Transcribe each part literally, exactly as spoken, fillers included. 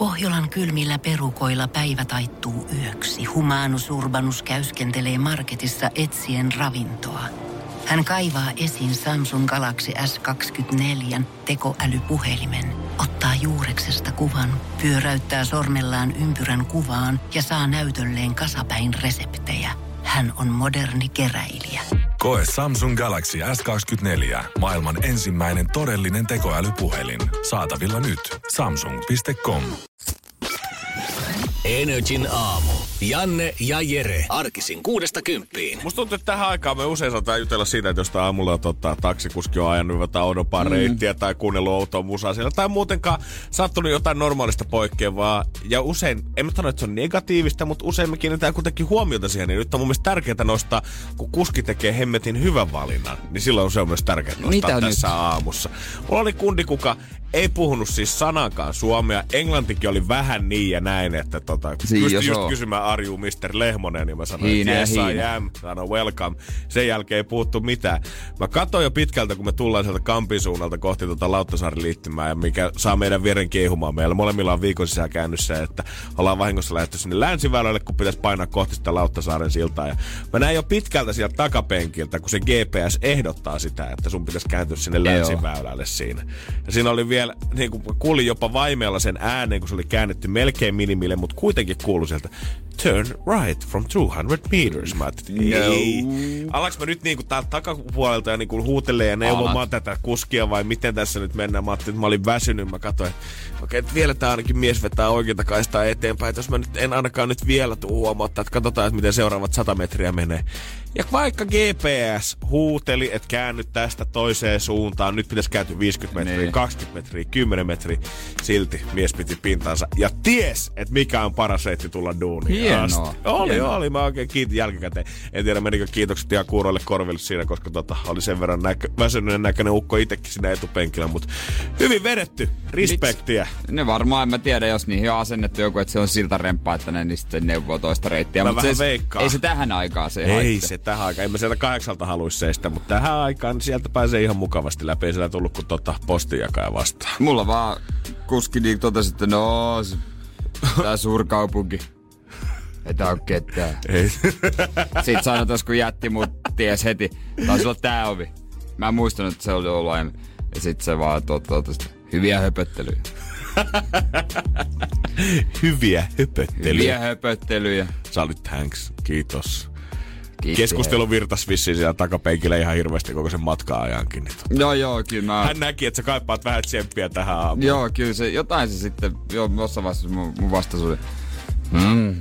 Pohjolan kylmillä perukoilla päivä taittuu yöksi. Humanus Urbanus käyskentelee marketissa etsien ravintoa. Hän kaivaa esiin Samsung Galaxy S kaksikymmentäneljä tekoälypuhelimen, ottaa juureksesta kuvan, pyöräyttää sormellaan ympyrän kuvaan ja saa näytölleen kasapäin reseptejä. Hän on moderni keräilijä. Koe Samsung Galaxy S kaksikymmentäneljä, maailman ensimmäinen todellinen tekoälypuhelin. Saatavilla nyt. samsung piste com. Energin aamu. Janne ja Jere. Arkisin kuudesta kymppiin. Musta tuntuu, että tähän aikaan me usein saataan jutella siitä, että jostain aamulla tota, taksikuski on ajanut jotain oudonpaa mm. reittiä tai kuunnellut outoa musaa siellä. Tai muutenkaan sattunut jotain normaalista poikkeavaa. Ja usein, en mä sano, että se on negatiivista, mutta usein me kiinnitetään kuitenkin huomiota siihen. Niin nyt on mun mielestä tärkeää nostaa, kun kuski tekee hemmetin hyvän valinnan, niin silloin se on myös tärkeää nostaa Mitä tässä nyt? aamussa. Mulla oli kundi, kuka ei puhunut siis sanakaan suomea. Englantikin oli vähän niin ja näin, että tota, pystyi just oo. kysymään Are you mister Lehmonen, niin mä sanoin, että yes I am, sanoin welcome. Sen jälkeen ei puhuttu mitään. Mä katsoin jo pitkältä, kun me tullaan sieltä Kampin suunnalta kohti tota Lauttasaaren liittymää, ja mikä saa meidän vieren kiehumaan. Meillä molemmilla on viikon sisään käynyt se, että ollaan vahingossa lähdetty sinne länsiväylälle, kun pitäisi painaa kohti sitä Lauttasaaren siltaa. Ja mä näin jo pitkältä sieltä takapenkiltä, kun se G P S ehdottaa sitä, että sun pitäisi kääntyä sinne länsiväylälle siinä. Ja siinä oli vielä, niin kuin kuulin jopa vaimeella sen äänen, kun se oli käännetty melkein minimille, mutta kuitenkin kuului sieltä turn right from two hundred meters. Mä ajattelin, ei. Alaks mä nyt niinku täältä takapuolelta ja niinku huutelee ja neuvomaan tätä kuskia vai miten tässä nyt mennään? Mä ajattelin, että mä olin väsynyt. Mä katsoin, että okei, okay, vielä tää ainakin mies vetää oikeita kaistaa eteenpäin. Että jos mä nyt en ainakaan nyt vielä tuu huomauttaa, että katsotaan, että miten seuraavat sata metriä menee. Ja vaikka G P S huuteli, että käänny tästä toiseen suuntaan, nyt pitäisi kääntyä viisikymmentä metriä, niin. kaksikymmentä metriä, kymmenen metriä, silti mies piti pintansa ja ties, että mikä on paras reitti tulla duuniin. Hienoa. Oli, Hienoa. oli. Mä oikein kiitin jälkikäteen. En tiedä, menikö kiitokset ihan kuuroille korville siinä, koska tota, oli sen verran näkö, väsyneen näköinen ukko itsekin siinä etupenkillä, mutta hyvin vedetty. Respektiä. Miks? Ne varmaan, en mä tiedä, jos niihin on asennettu joku, että se on siltä remppaa, että ne niin sitten neuvoo toista reittiä. Mä vähän se, veikkaan. Ei se tähän aikaan se Ei haitte. se tähän aikaan. En mä sieltä kahdeksalta haluisi seistä, mutta tähän aikaan niin sieltä pääsee ihan mukavasti läpi. Ei siellä tullut kuin tota postinjakaja vastaan. Mulla vaan kuski niin totesi, että no, tää suurkaupunki. Ei tää oo ketään. Ei. Sitten sanotaan, kun jätti mut ties heti. Taisi olla tää ovi. Mä en muistanut, että se oli ollut aiemmin. Ja sit se vaan totesi, hyviä höpöttelyjä. Hyviä höpöttelyjä. Hyviä höpöttelyjä. Sä olit thanks. Kiitos. Kiitti, Keskustelu virtas vissiin siellä takapenkillä ihan hirveästi koko sen matka-ajankin. Joo, joo, kyllä mä... Hän näki, että sä kaipaat vähän tsemppiä tähän aamuun. Joo, kyllä se, jotain se sitten, joo, jossain vaiheessa mun, mun vastaus oli... Mm.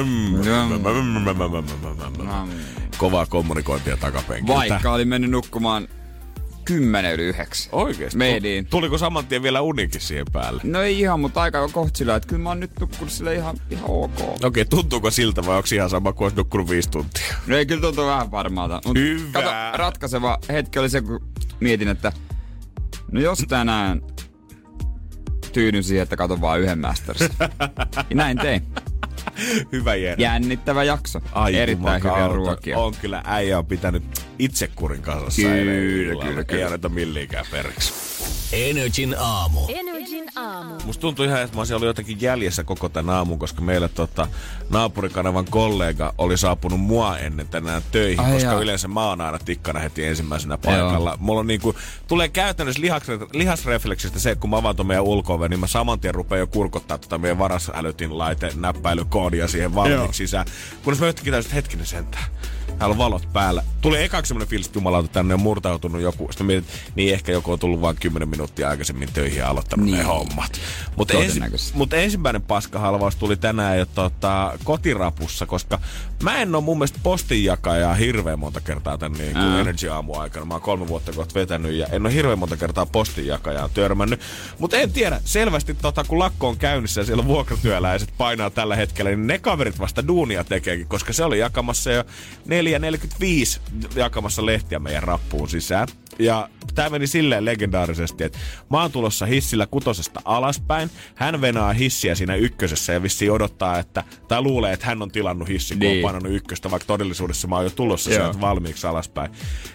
Kovaa kommunikointia takapenkiltä. Vaikka oli mennyt nukkumaan kymmenen yli yhdeksän. Oikeesti? Mediin. Tuliko saman tien vielä unikin siihen päälle? No ei ihan, mutta aika kohta sillä, että kyllä mä oon nyt nukkunut sille ihan, ihan ok. Okei, okay, tuntuuko siltä vai onko ihan sama kuin olisi nukkunut viisi tuntia? No ei, kyllä tuntuu vähän varmaalta. Mut hyvä. Kato, ratkaiseva hetki oli se, kun mietin, että no jos tänään tyydyn siihen, että katon vaan yhden Masters. Ja näin tein. Hyvä Jere. Jännittävä jakso. Ai, erittäin hyviä ruokia. On kyllä, äijä on pitänyt itsekurin kasassa. Kyllä, kyllä, kyllä. Ei anneta milliikään periksi. Energin aamu. Energin aamu. Musta tuntui ihan, että mä olisin ollut jotenkin jäljessä koko tämän aamun, koska meillä tota, naapurikanavan kollega oli saapunut mua ennen tänään töihin, Ai koska jaa. yleensä mä oon aina tikkana heti ensimmäisenä paikalla. Joo. Mulla on niinku, tulee käytännössä lihas- lihasrefleksistä se, että kun mä avaan ton meidän ulko-oven, niin mä saman tien rupean jo kurkottaa tota meidän varasälytin laite näppäilykoodia siihen valmiiksi sisään. Kunnes mä yhtäkkiä täysin, hetkinen sentään. Täällä on valot päällä. Tuli ekaksi semmonen fiilis, että jumalauta, tänne on murtautunut joku. Sitten mietin, niin ehkä joku on tullut vain kymmenen minuuttia aikaisemmin töihin ja aloittanut niin. ne hommat. Mutta ensi, mut ensimmäinen paskahalvaus tuli tänään jo tota, kotirapussa, koska mä en oo mun mielestä postinjakajaa hirveän monta kertaa tän niin kuin Energy-aamuaikana. Mä oon kolme vuotta kohta vetänyt ja en oo hirveän monta kertaa postinjakajaa törmännyt. Mutta en tiedä, selvästi tota, kun lakko on käynnissä ja siellä vuokratyöläiset painaa tällä hetkellä, niin ne kaverit vasta duunia tekeekin, koska se oli jakamassa jo neljä neljäkymmentäviisi jakamassa lehtiä meidän rappuun sisään. Ja tää meni silleen legendaarisesti, että mä oon tulossa hissillä kutosesta alaspäin. Hän venaa hissiä siinä ykkösessä ja vissiin odottaa, että, tai luulee, että hän on tilannut hissin, kun niin. on painanut ykköstä, vaikka todellisuudessa mä oon jo tulossa sieltä valmiiksi alaspäin.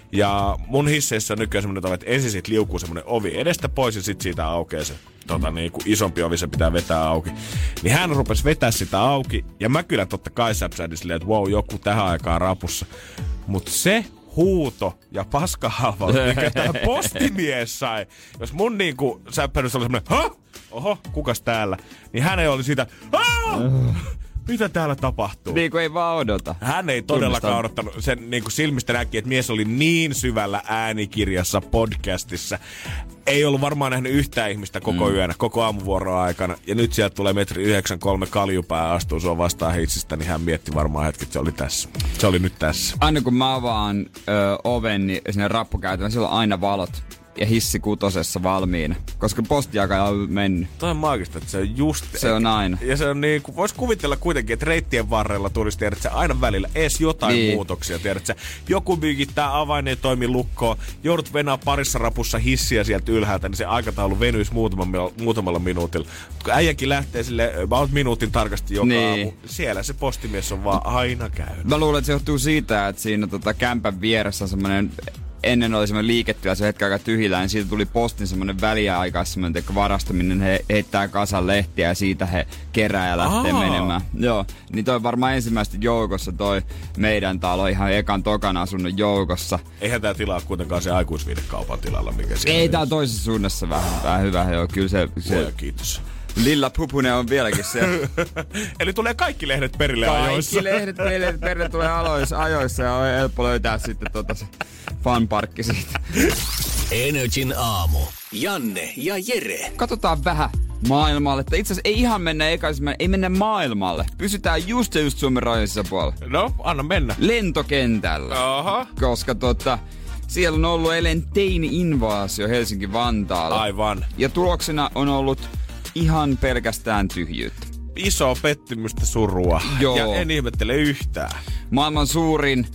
Ja mun hisseissä on nykyään semmonen, että ensin sit liukuu semmonen ovi edestä pois ja sit siitä aukeaa se tota, niin, kun isompi ovi se pitää vetää auki. Niin hän rupesi vetää sitä auki ja mä kyllä totta kai säpsähdin silleen, että wow, joku tähän aikaan rapussa. Mut se huuto ja paskahalvaus, mikä tää postimies sai. Jos mun niinku säppähdys oli semmonen, ha? Oho, kukas täällä? Niin hän ei oli siitä, aah! Mitä täällä tapahtuu? Niin kuin ei vaan odota. Hän ei todellakaan odottanut. Sen niin kuin silmistä näki, että mies oli niin syvällä äänikirjassa podcastissa. Ei ollut varmaan nähnyt yhtään ihmistä koko mm. yönä, koko aamuvuoroa aikana. Ja nyt sieltä tulee metri yhdeksän kolme kaljupää astuu sua vastaan hitsistä, niin hän mietti varmaan hetki, että se oli tässä. Se oli nyt tässä. Aina kun mä avaan ö, oven, niin sinne rappukäytävän, siellä on aina valot. Ja hissi kutosessa valmiina, koska postijakaja on mennyt. Toi on maagista, että se on just... Se on aina. Ja se on niin kuin, vois kuvitella kuitenkin, että reittien varrella tulisi, tiedät sä, aina välillä ees jotain niin. muutoksia, tiedät sä. Joku myykittää avain ei toimi lukkoon, joudut venää parissa rapussa hissiä sieltä ylhäältä, niin se aikataulu venyisi muutamalla, muutamalla minuutilla. Mutta kun äijäkin lähtee sille, mä oon minuutin tarkasti joka niin. aamu, siellä se postimies on vaan aina käynyt. Mä luulen, että se johtuu siitä, että siinä tota, kämpän vieressä on semmonen... Ennen oli semmoinen liiketila, se hetken aika tyhjillä, niin siitä tuli postin semmoinen väliaikais semmoinen varasto, minne he heittää kasan lehtiä ja siitä he kerää ja lähtee Aa. menemään. Joo, niin toi varmaan ensimmäistä joukossa toi meidän talo ihan ekan tokan asunnon joukossa. Eihän tää tilaa kuitenkaan se aikuisviidekaupan tilalla, mikä siellä ei, tää on toisessa suunnassa vähän, vähän hyvä, joo, kyllä se... se Voi kiitos. Lilla Pupunen on vieläkin siellä. Eli tulee kaikki lehdet perille kaikki ajoissa. Kaikki lehdet, lehdet perille tulee aloissa, ajoissa ja on helppo löytää sitten tota se fanparkki siitä. Energin aamu. Janne ja Jere. Katsotaan vähän maailmalle. Itse asiassa ei ihan mennä ekaisemmin, ei mennä maailmalle. Pysytään just ja just Suomen rajojen sisäpuolella. No, anna mennä. Lentokentällä. Aha. Koska tota... Siellä on ollut eilen teini-invaasio Helsinki-Vantaalla. Aivan. Ja tuloksena on ollut ihan pelkästään tyhjyyttä. Iso pettymystä, surua. Joo. Ja en ihmettele yhtään. Maailman suurin...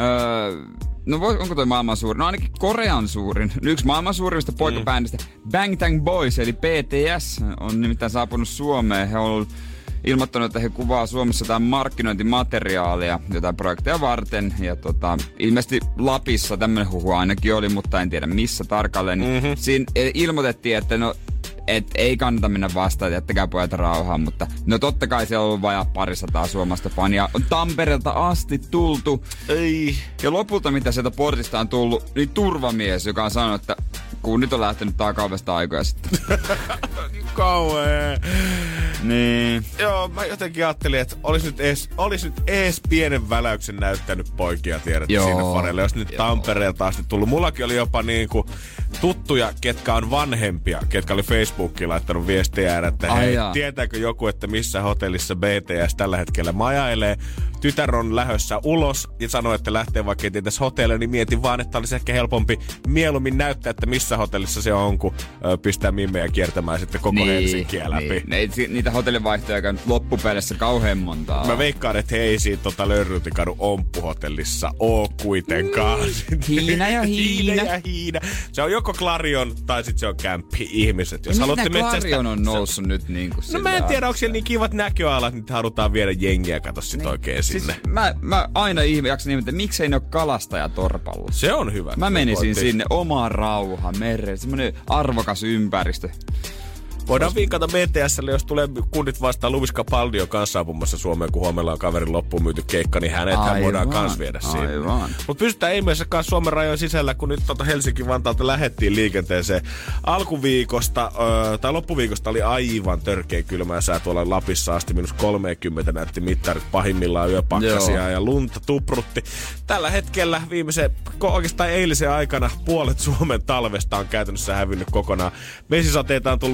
Öö, no onko toi maailman suurin? No ainakin Korean suurin. Yksi maailman suurimmista poikabändistä. Mm. Bangtan Boys eli B T S on nimittäin saapunut Suomeen. He on ilmoittanut, että he kuvaa Suomessa jotain markkinointimateriaalia, jotain projekteja varten. Ja tota, ilmeisesti Lapissa tämmöinen huhu ainakin oli, mutta en tiedä missä tarkalleen. Mm-hmm. Siinä ilmoitettiin, että no... Et ei kannata mennä vastaan, jättäkää pojat rauhaan, mutta no totta kai siellä on ollut vajaa parisataa suomalaista fania. On Tampereelta asti tultu. Ei. Ja lopulta mitä sieltä portista on tullut, niin turvamies, joka on sanonut, että kun nyt on lähtenyt takaovesta aikoja sitten. Kauhea. Niin. Joo, mä jotenkin ajattelin, että olisi nyt ees, olis nyt ees pienen väläyksen näyttänyt poikia, tiedät, sinne faneille. Jos nyt Tampereelta asti tullut. Mullakin oli jopa niinku tuttuja, ketkä on vanhempia, ketkä oli Facebookiin laittanut viestiä, että hei, tietääkö joku, että missä hotellissa B T S tällä hetkellä majailee. Tytär on lähössä ulos ja sanoi, että lähtee vaikka ei tietäisi hotelle, niin mietin vaan, että olisi ehkä helpompi mieluummin näyttää, että missä hotellissa se on, kun pistää mimmejä kiertämään sitten koko niin, Helsinkiä läpi. Niin. Ne, niitä hotellivaihtoja on loppupeleissä kauhean montaa. Mä veikkaan, että he ei siinä tota Lönnrytikadun Omppuhotellissa oo kuitenkaan. Hiina ja hiina. Hiina ja hiina. Se on joko Clarion tai sitten se on kämppi-ihmiset. Jos haluatte Clarion on noussut nyt niin kuin no mä en tiedä, onko siellä niin kivat näköalat, että halutaan viedä jengiä, kato sit niin. oikein sinne. Siis mä, mä aina ihme, jaksan ihmettä, miksei ne ole kalastajatorpalla. Se on hyvä. Mä menisin sinne, oma rauha, mereen, semmonen arvokas ympäristö. Voidaan vinkata B T S:lle, jos tulee kundit vastaan. Luis Capaldi on kanssa saapumassa Suomeen, kun huomenna on kaverin loppuun myyty keikka, niin hänethän voidaan kans viedä sinne. Mutta pystytään ihmeessä kanssa Suomen rajojen sisällä, kun nyt tuota Helsinki-Vantaalta lähdettiin liikenteeseen. Alkuviikosta, ö, tai loppuviikosta oli aivan törkeä kylmää sää tuolla Lapissa asti. Minus kolmekymmentä näytti mittarit pahimmillaan yöpakkasia Joo. ja lunta tuprutti. Tällä hetkellä viimeisen, oikeastaan eilisen aikana puolet Suomen talvesta on käytännössä hävinnyt kokonaan. Vesisateita on tullut ympäri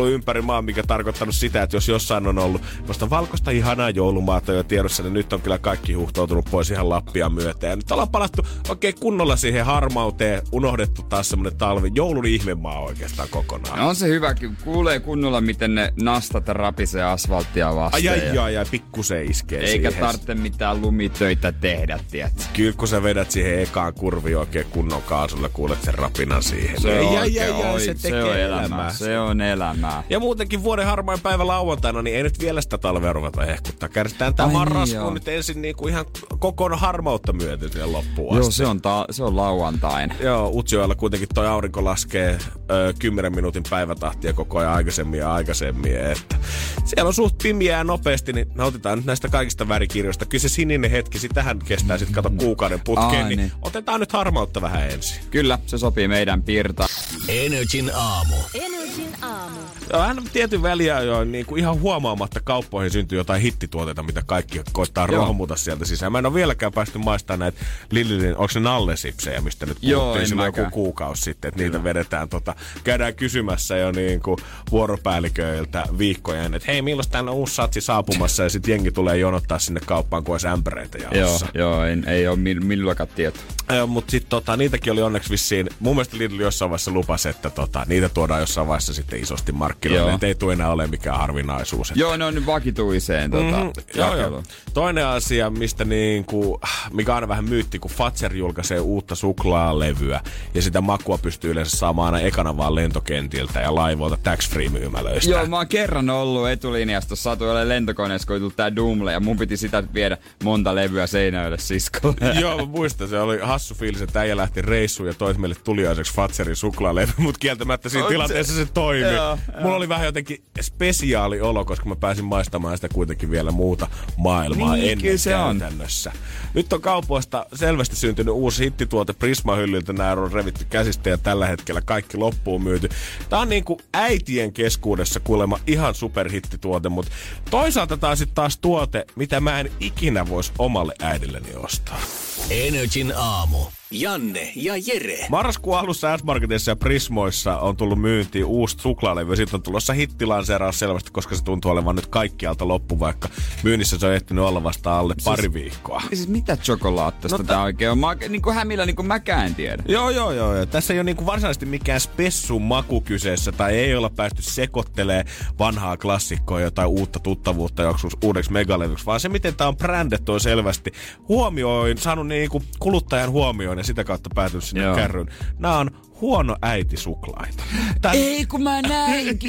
maa, mikä tarkoittanut sitä, että jos jossain on ollut vasta valkoista ihanaa joulumaata jo tiedossa, niin nyt on kyllä kaikki huuhtoutunut pois ihan Lappia myöten. Ja nyt ollaan palattu oikein kunnolla siihen harmauteen, unohdettu taas semmonen talvi. Joulun ihmemaa oikeastaan kokonaan. No on se hyvä, kuulee kunnolla, miten ne nastat rapisee asfalttia vasten. Ai ai ai, ai pikkusen iskee eikä siihen. tarvitse mitään lumitöitä tehdä, tiedätkö? Kyllä kun sä vedät siihen ekaan kurviin oikein kunnon kaasulla, kuulet sen rapinan siihen. Se ei, on, ai, ai, ai, oi, se tekee se on elämää. elämää. Se on elämää. Ja muutenkin vuoden harmain päivä lauantaina, niin ei nyt vielä sitä talvea ruveta hehkuttaa. Kärsitään tää marraskuun niin, nyt ensin niinku ihan kokonaan harmautta myöten siihen loppuun Joo, asti. se on, ta- se on lauantaina. Joo, Utsjoella kuitenkin toi aurinko laskee ö, kymmenen minuutin päivätahtia koko ajan aikaisemmin ja aikaisemmin. Että siellä on suht pimiää nopeasti, niin nautitaan nyt näistä kaikista värikirjoista. Kyllä se sininen hetki, sitähän kestää sitten kato kuukauden putkeen, niin, niin otetaan nyt harmautta vähän ensin. Kyllä, se sopii meidän pirtaan. Energin aamu. Energin aamu. Joo, hän tietyn väliä jo niin kuin ihan huomaamatta kauppoihin syntyy jotain hittituotteita, mitä kaikki koittaa rohmuta sieltä sisään. Mä en ole vieläkään päästy maistamaan näitä Lillin, onko ne nallesipsejä, mistä nyt puhuttiin silloin joku kuukausi sitten, että niitä vedetään, tota, käydään kysymässä jo niin kuin vuoropäälliköiltä viikkojen, että hei, milloin täällä on uusi satsi saapumassa, ja sitten jengi tulee jonottaa sinne kauppaan, kun olisi ämpäreitä jaossa. Joo, joo ei, ei ole milloinkaan tietoa. Mutta sitten tota, niitäkin oli onneksi vissiin, mun mielestä Lidl jossain vaiheessa lupasi, että tota, niitä tuodaan jossain vaiheessa sitten isosti markkinoille, että ei tule enää ole mikään harvinaisuus. Että... Joo, ne on nyt vakituiseen tota, mm-hmm. joo, joo. Toinen asia, mistä niinku, mikä on aina vähän myytti, kun Fazer julkaisee uutta suklaalevyä, ja sitä makua pystyy yleensä saamaan aina ekana vaan lentokentiltä ja laivoilta tax-free-myymälöistä. Joo, mä oon kerran ollut etulinjassa, satuin olemaan lentokoneessa, kun ei tullut tää Doomle, ja mun piti sitä viedä monta levyä Seinäjoelle siskolle. Joo, mä muistan, se oli hassu fiilis, että äijä lähti reissuun ja toit meille tuliaiseksi Fazerin suklaalevy, mutta kieltämättä siinä tilanteessa se, se toimi. Joo, Mulla joo. oli vähän jotenkin spesiaali olo, koska mä pääsin maistamaan sitä kuitenkin vielä muuta maailmaa niin, ennen käytännössä. On. Nyt on kaupoista selvästi syntynyt uusi hittituote Prisma-hyllyltä. Nämä on revitty käsistä ja tällä hetkellä kaikki loppuun myyty. Tää on niinku äitien keskuudessa kuulemma ihan superhittituote, mutta toisaalta tää on sit taas tuote, mitä mä en ikinä vois omalle äidilleni ostaa. Energin aamu. Janne ja Jere. Marraskuun alussa S-Marketissa ja Prismoissa on tullut myyntiin uusi suklaalevy. Sitten on tulossa hittilanseeraus selvästi, koska se tuntuu olevan nyt kaikkialta loppu, vaikka myynnissä se on ehtinyt olla vasta alle siis, pari viikkoa. Siis mitä chokolaattista no, tää oikein on? Mä oon niin kuin hämillä, niin kuin mäkään en tiedä. Joo, joo, joo. Tässä ei ole niin kuin varsinaisesti mikään spessun maku kyseessä, tai ei olla päästy sekoittelemaan vanhaa klassikkoa jotain uutta tuttavuutta joskus uudeksi megalevyksi, vaan se, miten tää on brändetty on selvästi huomioin, saanut niin kuin kuluttajan huomioon ja sitä kautta päätynyt sinne Joo. kärryyn. Nää on huono äiti suklaita. Tän... Ei kun mä näinkin,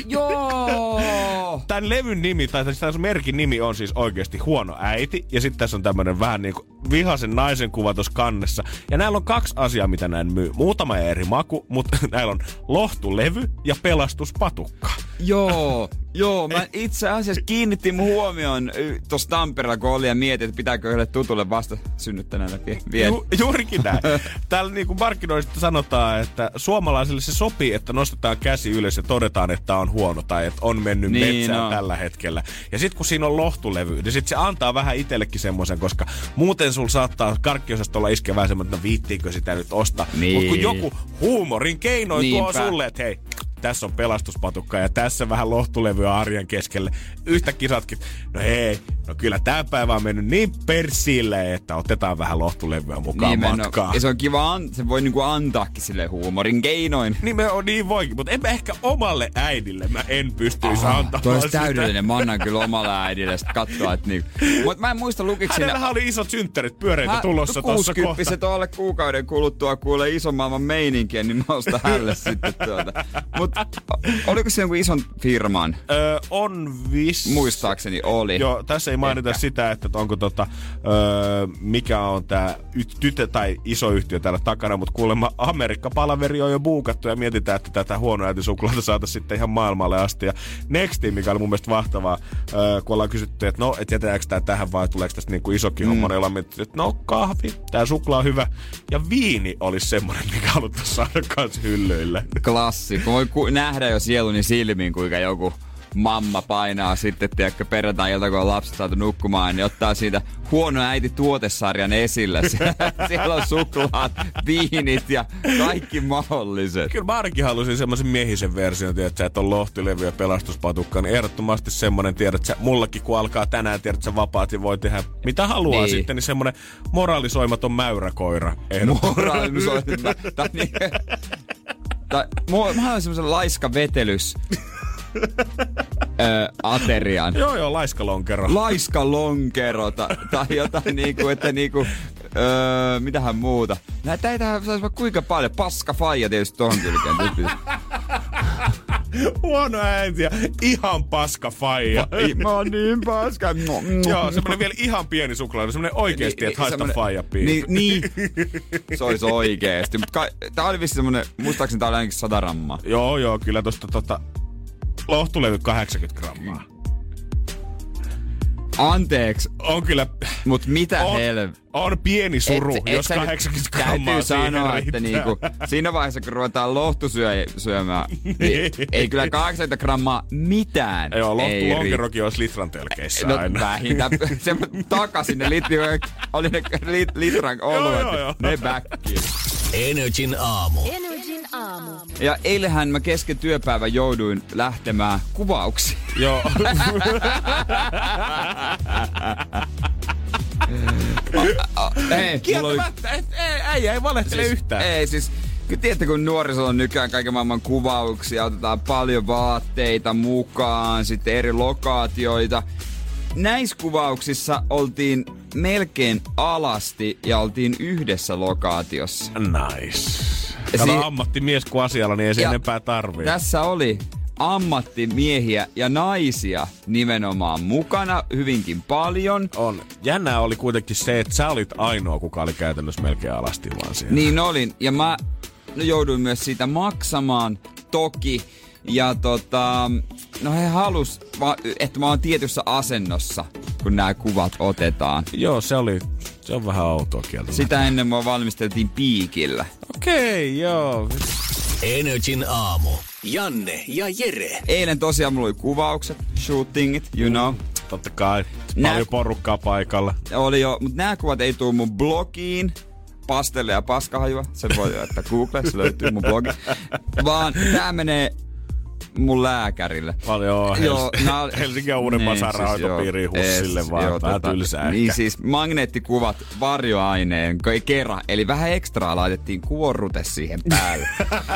joo! Tän levyn nimi, tai tämän merkin nimi on siis oikeasti huono äiti. Ja sitten tässä on tämmönen vähän niinku vihaisen naisen kuva tuossa kannessa. Ja näillä on kaksi asiaa, mitä näin myy. Muutama eri maku, mutta näillä on lohtulevy ja pelastuspatukka. Joo, joo. Mä itse asiassa kiinnitin mun huomioon tuossa Tampereella, kun oli ja mietin, että pitääkö yhdelle tutulle vasta synnyttäneelle viedä. Ju, juurikin näin. Täällä niinku markkinoista sanotaan, että suomalaisille se sopii, että nostetaan käsi ylös ja todetaan, että on huono tai että on mennyt niin, metsään no. tällä hetkellä. Ja sit kun siinä on lohtulevy, niin sit se antaa vähän itsellekin semmoisen, koska muuten sul saattaa karkkiosastolla iskeä vähän semmoinen, että no viittiinkö sitä nyt ostaa. Niin. Mutta kun joku huumorin keinoin Niinpä. tuo sulle, että hei, tässä on pelastuspatukka ja tässä vähän lohtulevyä arjen keskelle. Yhtäkkiä satkin, no hei, no kyllä tää päivä on mennyt niin persille, että otetaan vähän lohtulevyä mukaan niin, matkaan. No, se on kiva, an- se voi niinku antaakin sille huumorin keinoin. Niin me on niin voikin, mutta en mä ehkä omalle äidille mä en pystyisi Aha, antamaan toi sitä. Täydellinen, mä annan kyllä omalle äidille sit katsoa, että niinku. Mut mä en muista lukiksi siinä. Hänellähän oli isot synttärit pyöreitä Hä, tulossa tossa kohta. Se alle kuukauden kuluttua kuulee ison maailman meininkiä, niin mä ostan hälle sitten tuota. Mut oliko se joku ison firman? Öö, on vis... Muistaakseni oli. Joo, tässä ei mainita Ehkä. sitä, että onko tota, öö, mikä on tää tytö tai iso yhtiö täällä takana, mutta kuulemma Amerikka-palaveri on jo buukattu ja mietitään, että tätä huonoa äitisuklaata saataisiin sitten ihan maailmalle asti. Ja Nextiin, mikä oli mun mielestä mahtavaa, öö, kun ollaan kysytty, että no, et jätetäänkö tää tähän vai tuleeko tästä niinku isokin mm. homma, niin ollaan mietitty, että no kahvi, tää suklaa on hyvä. Ja viini olisi semmoinen, mikä haluttaisiin saada kans hyllyille. Klassikko. Voi ku- nähdä jo sieluni silmiin, kuinka joku mamma painaa sitten, tiedätkö, perjantai-ilta, kun on lapset saatu nukkumaan, niin ottaa siitä huono äiti tuotesarjan esille. Siellä on suklaat, viinit ja kaikki mahdolliset. Kyllä mä ainakin halusin semmoisen miehisen version, tiedätkö, että on lohtilevy ja pelastuspatukka, niin ehdottomasti semmoinen, tiedätkö, mullakin kun alkaa tänään, tiedätkö, vapaat ja voi tehdä mitä haluaa niin. Sitten, niin semmoinen moralisoimaton mäyräkoira. Moralisoimaton. Tai niin, tai, mä haluan semmoisen laiska vetelys. Öö, aterian. Joo joo, laiskalonkero. Laiskalonkero tai, tai jotain niinku, että niinku, öö, mitähän muuta. Näitä ei tähän saisi vaikka kuinka paljon. Paska faija tietysti tohon kylkeen. Huono äiti ja ihan paska faija. Mä, mä oon niin paska. Joo, semmonen vielä ihan pieni suklaa. Semmonen oikeesti, että haista faija piiri. Niin, niin. Se olisi oikeesti. Mut ka- tää oli vissi semmonen, muistaakseni tää oli ainakin sata grammaa. Joo joo, kyllä tosta tota... Lohtulevy kahdeksankymmentä grammaa. Anteeksi. On kyllä... Mut mitä on, helv... On pieni suru, et, jos et kahdeksankymmentä grammaa täytyy siihen sanoa, riittää. Että niinku, siinä vaiheessa, kun ruvetaan lohtu syö, syömään, niin ei kyllä kahdeksankymmentä grammaa mitään. Joo, ei lonkerokin olisi litran telkeissä no, aina. Vähintään. Se takaisin ne litri, oli ne lit, litran oluet, joo, joo. ne backiin. Energin aamu. Energin aamu. Ja eilenhän mä kesken työpäivän jouduin lähtemään kuvauksiin. Joo. Ei, Kieltämättä, oli... ei, ei, ei valehtele siis, yhtään. Ei siis, kyllä tiedätte, kun nuorisolla on nykyään kaiken maailman kuvauksia, otetaan paljon vaatteita mukaan, sitten eri lokaatioita. Näissä kuvauksissa oltiin melkein alasti ja oltiin yhdessä lokaatiossa. Nice. Kato si- ammattimies kun asialla, niin ei se enempää tarvii. Tässä oli ammattimiehiä ja naisia nimenomaan mukana hyvinkin paljon. On. Jännää oli kuitenkin se, että sä olit ainoa, kuka oli käytännössä melkein alasti vaan siellä. Niin olin. Ja mä jouduin myös siitä maksamaan toki. Ja tota, no he halus, että mä oon tietyssä asennossa, kun nämä kuvat otetaan. Joo, se oli, se on vähän outoa kieltä. Sitä ennen mua valmisteltiin piikillä. Okei, okay, joo. Energin aamu. Janne ja Jere. Eilen tosiaan mulla oli kuvaukset, shootingit, you know. Totta kai, Nää... paljon porukkaa paikalla. Oli jo, mutta nämä kuvat ei tuu mun blogiin. Pastelle ja paskahajua. Se voi laittaa Google, se löytyy mun blogi. Vaan tää menee mun lääkärille. Paljon joo, Hels- Helsingin ja Uudenmaan niin, sairaanhoitopiirin siis Hussille joo, vaan. Joo, vähän tota, tylsää niin ehkä. siis magneettikuvat varjoaineen kerran. Eli vähän ekstraa laitettiin kuorrute siihen päälle.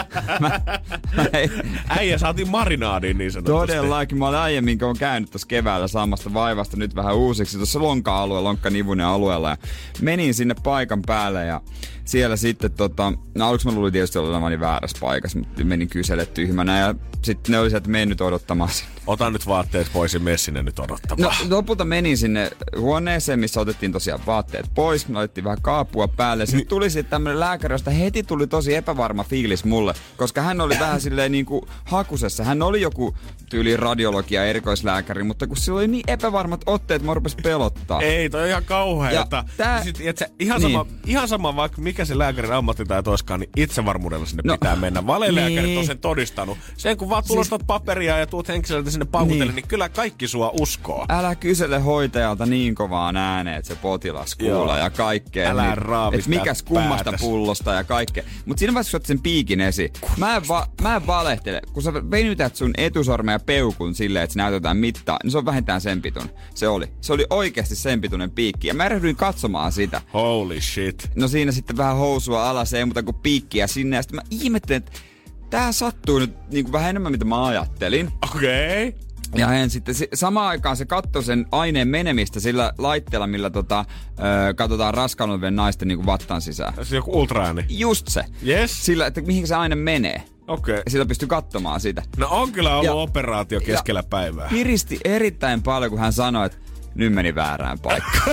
mä, mä ei... Äijä saatiin marinaadiin niin sanotusti. Todellakin. Mä olen aiemmin, kun olen käynyt tuossa keväällä samasta vaivasta nyt vähän uusiksi tuossa lonka-alueella, lonkkanivunen alueella. Ja menin sinne paikan päälle ja siellä sitten tota, no aluksi mä luulin tietysti olevani väärässä paikassa, mutta menin kyselle tyhmänä ja sitten ne oli sieltä mennyt odottamaan sinne. Ota nyt vaatteet pois ja mene sinne nyt odottamaan. No lopulta menin sinne huoneeseen, missä otettiin tosiaan vaatteet pois. Me otettiin vähän kaapua päälle. Sitten tuli sitten tämmönen lääkäri, josta heti tuli tosi epävarma fiilis mulle. Koska hän oli vähän silleen niinku hakusessa. Hän oli joku tyyli radiologia erikoislääkäri, mutta kun sillä oli niin epävarmat otteet, mä rupes pelottaa. Ei, toi on ihan kauheeta. Tää... Sitten, et sä, ihan, niin. sama, ihan sama, vaikka mikä se lääkärin ammattitaito olisikaan, niin itsevarmuudella sinne no, pitää mennä. Valelääkärit niin. on sen todistanut. Sen kun vaan tulostat siis... paperia ja tuut henkilöltä sinne paukutelle, niin. niin kyllä kaikki sua uskoo. Älä kysele hoitajalta niin kovaan ääneen, että se potilas kuulee ja kaikkea. Älä niin, raavista mikäs kummasta päätäs. Pullosta ja kaikkea. Mut siinä vaiheessa, kun sä sen piikin esiin, mä en, va- mä en valehtele. Kun sä venytät sun etusormen ja peukun silleen, että se näytetään mittaa, niin se on vähintään sen pituinen. Se oli. Se oli oikeasti sen pituinen piikki. Ja mä erehdyin katsomaan sitä. Holy shit. No siinä sitten vähän housua alas, ei muuta kuin piikkiä sinne. Ja sitten mä ihmettelin, että tää sattuu nyt niin kuin vähän enemmän, mitä mä ajattelin. Okei. Okay. Ja hän sitten samaan aikaan se katsoi sen aineen menemistä sillä laitteella, millä tota, ö, katsotaan raskaana olevien naisten niin kuin vattan sisään. Se joku ultraääni. Just se. Yes. Sillä, että mihin se aine menee. Okei. Okay. Sillä pystyy katsomaan sitä. No on kyllä ollut ja, operaatio keskellä päivää. Piristi erittäin paljon, kun hän sanoi, että nyt meni väärään paikkaan.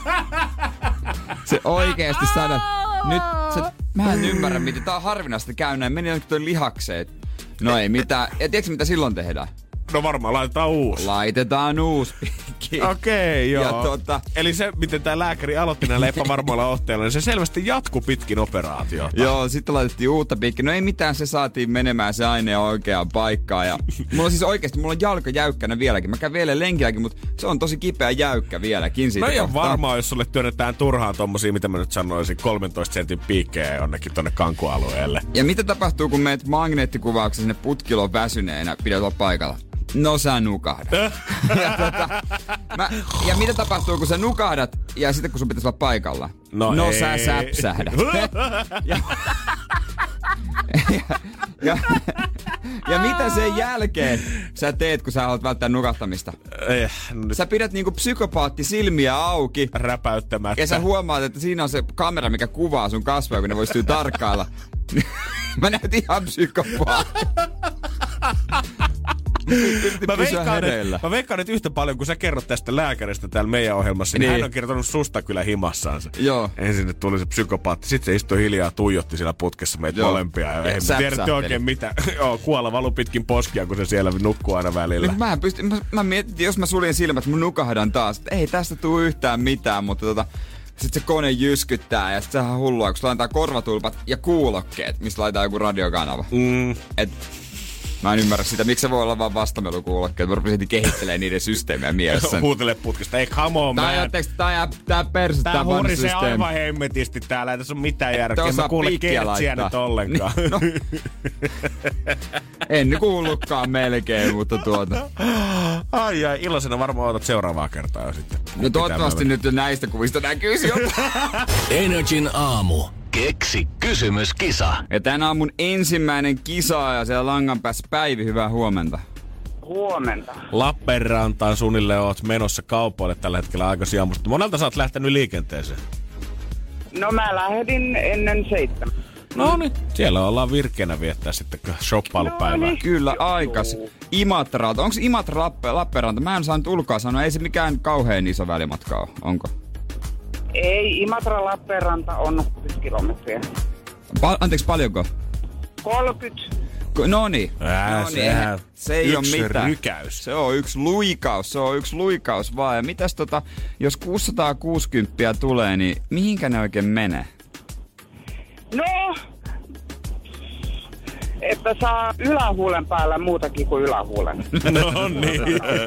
Se oikeesti sanoi, nyt se, mä en ymmärrä, miten tää on harvinaista käy näin. Meni jonkin toi lihakseen. No ei mitään. Ja tiedätkö mitä silloin tehdään? No varmaan laitetaan uusi. Laitetaan uusi piikki. Okei, okay, joo. Tota... Eli se, miten tää lääkäri aloitti näillä epävarmoilla ohteilla, niin se selvästi jatkui pitkin operaatiota. Joo, sitten laitettiin uutta piikkiä. No ei mitään, se saatiin menemään se aine oikeaan paikkaan. Ja mulla on siis oikeesti, mulla on jalka jäykkänä vieläkin. Mä käyn vielä lenkilläkin, mutta se on tosi kipeä jäykkä vieläkin siitä. No ei ole varmaan, jos sulle työnnetään turhaan tommosia, mitä mä nyt sanoisin, kolmentoista sentin piikkejä jonnekin tonne kankualueelle. Ja mitä tapahtuu, kun meet magneettikuvauksessa sinne putkilon väsyneenä, pidät olla paikalla? No sä nukahdat. ja, tota, mä, ja mitä tapahtuu, kun sä nukahdat ja sitten kun sun pitäisi olla paikalla? No, no ei. sä säpsähdät. ja, ja, ja, ja mitä sen jälkeen sä teet, kun sä haluat välttää nukahtamista? Eh, sä pidät niinku psykopaatti silmiä auki. Räpäyttämättä. Ja sä huomaat, että siinä on se kamera, mikä kuvaa sun kasvoja, kun ne voisi tarkkailla. Mä näytin ihan psykopaatti. Mä veikkaan, että, mä veikkaan, että yhtä paljon, kun sä kerrot tästä lääkäristä täällä meidän ohjelmassa, niin, niin hän on kertonut susta kyllä himassaansa. Joo. Ensin tuli se psykopaatti, sitten se istui hiljaa, tuijotti siellä putkessa meitä Joo. molempia. Ja ei tiedä oikein mitä. Joo, kuolla valu pitkin poskia, kun se siellä nukkuu aina välillä. Niin, mä, pystyn, mä, mä mietin, jos mä suljen silmät, mä nukahdan taas. Ei tästä tuu yhtään mitään, mutta tota... Sitten se kone jyskyttää ja sit sehän on hullua, kun se laitetaan korvatulpat ja kuulokkeet, mistä laitetaan joku radiokanava. Mm. Et, mä en ymmärrä sitä, miksi se voi olla vaan vastamelukuulokkeet. Mä rupesin kehittelee niiden systeemejä mielessä. Huutele putkista, ei come on, tää man. Tää, tää perse, tää Tää hurisee aivan hemmetisti täällä, ei tässä ole mitään järkeä. Mä kuule kertsiä nyt ollenkaan. Niin, no. En kuullutkaan melkein, mutta tuota. Ai ai, iloisena varmaan otat seuraavaa kertaa jo sitten. No toivottavasti nyt jo näistä kuvista näkyy sieltä. Energin aamu. Keksi kysymyskisa. Ja tän aamun ensimmäinen kisaaja siellä langan päässä. Päivi, hyvää huomenta. Huomenta. Lappeenrantaan suunnilleen oot menossa kaupoille tällä hetkellä aikaisin aamusta. Monelta sä oot lähtenyt liikenteeseen? No mä lähdin ennen seitsemän. No niin, siellä ollaan virkeänä viettää sitten shoppailupäivää. No niin. Kyllä, aikas. Imatralta. Onko Imatra Lappe, Lappeenranta? Mä en saanut ulkoa sanoa. Ei se mikään kauhean iso välimatka ole. Onko? Ei, Imatra Lappeenranta on kolmekymmentä kilometriä. Pa- anteeksi, paljonko? kolmekymmentä. No niin. Ää, no niin. Se ei ole mitään. Rykäys. Se on yksi luikaus. Se on yksi luikaus vaan. Ja mitäs tota, jos kuusisataakuusikymmentä tulee, niin mihinkä ne oikein menee? No, että saa ylähuulen päällä muutakin kuin ylähuulen. No niin.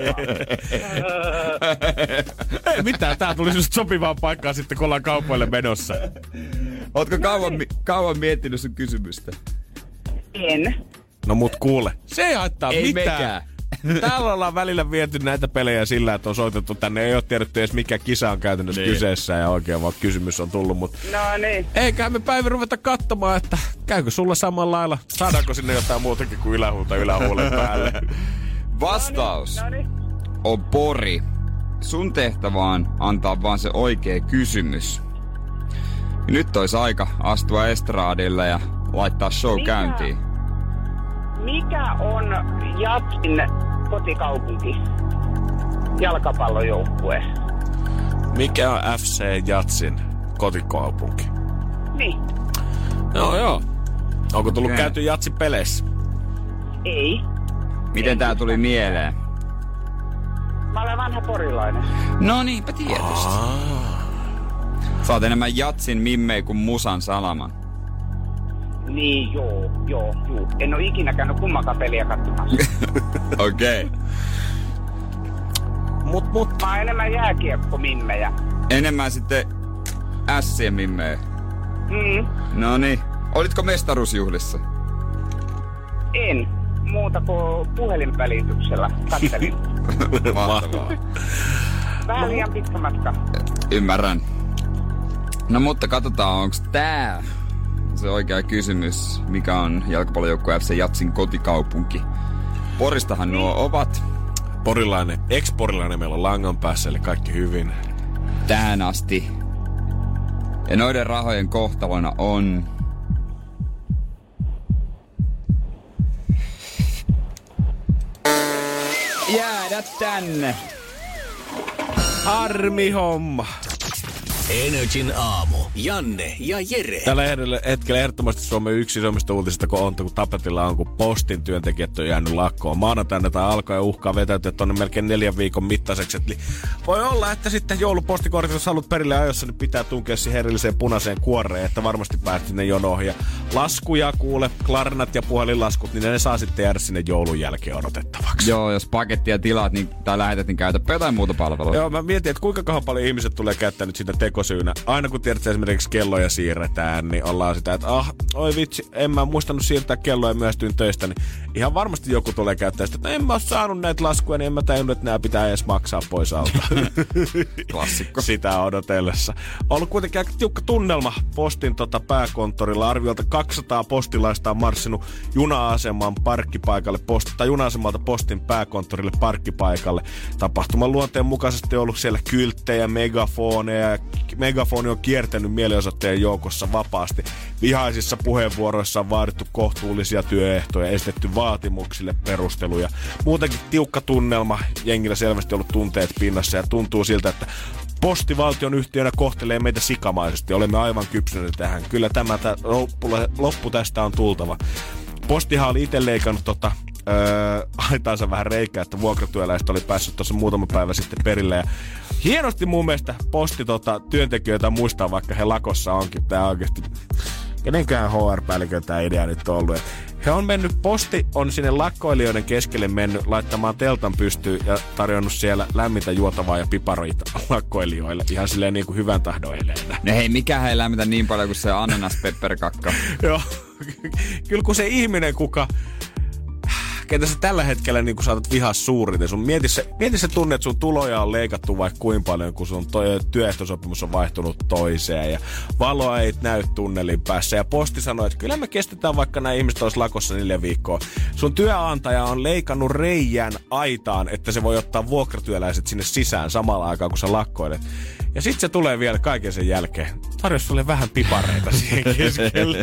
Ei mitään, tää tuli just sopivaan paikkaan sitten, kun ollaan kaupoille menossa. Ootko kauan, mi- kauan miettinyt sun kysymystä? En. No mut kuule, se ei haittaa ei mitään. Mekään. Täällä ollaan välillä viety näitä pelejä sillä, että on soitettu tänne. Ei ole tiedetty edes mikä kisa on käytännössä niin kyseessä ja oikein vaan kysymys on tullut. Mutta no niin. Eiköhän me Päivi ruveta katsomaan, että käykö sulla samalla lailla. Saadaanko sinne jotain muutakin kuin ylähuulta ylähuulen päälle? Vastaus no niin. on Pori. Sun tehtävä on antaa vaan se oikea kysymys. Ja nyt olisi aika astua estraadille ja laittaa show Mikä? käyntiin. Mikä on Jatsin kotikaupunki? Jalkapallojoukkue. Mikä on F C Jatsin kotikaupunki? Niin. Joo, joo. Onko tullut Okay. käyty Jatsin peleissä? Ei. Miten Ei tää tuli mieleen? Mä olen vanha porilainen. No niinpä tietysti. Sä oot enemmän Jatsin mimmei kuin Musan Salaman. Niin, joo, joo, joo. En ole ikinä käynyt kummankaan peliä katsomassa. Okei. Okay. Mut, mut. Mä oon enemmän jääkiekkomimmejä. Enemmän sitten ässien mimmei. Mm. No niin. Olitko mestaruusjuhlissa? En. Muuta kuin puhelinvälityksellä kattelin. Mahtavaa. Vähän liian pitkä matka. Ymmärrän. No mutta katsotaan, onko tää se oikea kysymys, mikä on jalkapallojoukkue F C Jatsin kotikaupunki. Poristahan nuo ovat. Porilainen, ex-porilainen meillä on langan päässä, eli kaikki hyvin. Tähän asti. Ja noiden rahojen kohtalona on... jäädä tänne. Harmi homma. Energin aamu. Janne ja Jere. Tällä hetkellä ehdottomasti Suomen yksi isommista uutisista, kun on, kun tapetilla on, kun Postin työntekijät on jäänyt lakkoon. Maanantaina tai alkaa ja uhkaa vetäytyä tuonne melkein neljän viikon mittaiseksi. Eli voi olla, että sitten joulupostikortit, jos haluat perille ajoissa, niin pitää tunkea siihen erilliseen punaiseen kuoreen, että varmasti pääset sinne jonoihin. Ja laskuja, kuule, klarinat ja puhelinlaskut, niin ne saa sitten jäädä sinne joulun jälkeen odotettavaksi. Joo, jos pakettia tilaat niin, tai lähetät, niin käytäpä jotain muuta palvelua. Joo, mä mietin, että kuinka paljon ihmiset tulee käyttää nyt sitä tekosyynä. Aina kun tiedät, esimerkiksi kelloja siirretään, niin ollaan sitä, että ah, oi vitsi, en mä muistanut siirtää kelloja myöhästyin töistä, niin ihan varmasti joku tulee käyttää sitä, että en mä oo saanut näitä laskuja, niin en mä tajunnut, että nää pitää edes maksaa pois alta. Klassikko. Sitä odotellessa. On ollut kuitenkin aika tiukka tunnelma Postin tota pääkonttorilla. Arviolta kaksisataa postilaista on marssinut juna-aseman parkkipaikalle, post, tai juna-asemalta Postin pääkonttorille parkkipaikalle. Tapahtuman luonteen mukaisesti on ollut siellä kylttejä, megafoneja ja megafoni on kiertänyt mielenosoittajien joukossa vapaasti. Vihaisissa puheenvuoroissa on vaadittu kohtuullisia työehtoja, esitetty vaatimuksille perusteluja. Muutenkin tiukka tunnelma, jengillä selvästi ollut tunteet pinnassa ja tuntuu siltä, että Posti valtionyhtiönä kohtelee meitä sikamaisesti. Olemme aivan kypsyneet tähän. Kyllä tämä tä, loppu, loppu tästä on tultava. Postihan oli itse leikannut tota, öö, aitaansa vähän reikää, että vuokratyöläiset oli päässyt tuossa muutama päivä sitten perille. Ja hienosti mun mielestä Posti tota, työntekijöitä muistaa, vaikka he lakossa onkin. Tää oikeasti kenenkään H R-päällikön tää idea nyt on ollut. He on mennyt, Posti on sinne lakkoilijoiden keskelle mennyt laittamaan teltan pystyyn ja tarjonnut siellä lämmintä juotavaa ja piparoita lakkoilijoille. Ihan silleen niin kuin hyvän tahdon eleenä. No hei, mikä ei lämmitä niin paljon kuin se ananas-pepperkakka. Joo, kyllä kun se ihminen, kuka ketä sä tällä hetkellä niin kun saatat vihaa suurin. Sun mieti, se, mieti se tunne, että sun tuloja on leikattu vaikka kuinka paljon, kun sun toi, työehtosopimus on vaihtunut toiseen ja valoa ei näy tunnelin päässä. Ja Posti sanoi, että kyllä me kestetään, vaikka nämä ihmiset olisi lakossa neljä viikkoa. Sun työnantaja on leikannut reijän aitaan, että se voi ottaa vuokratyöläiset sinne sisään samalla aikaa, kun sä lakkoilet. Ja sit se tulee vielä kaiken sen jälkeen. Tarjosi sulle vähän pipareita siihen keskelle.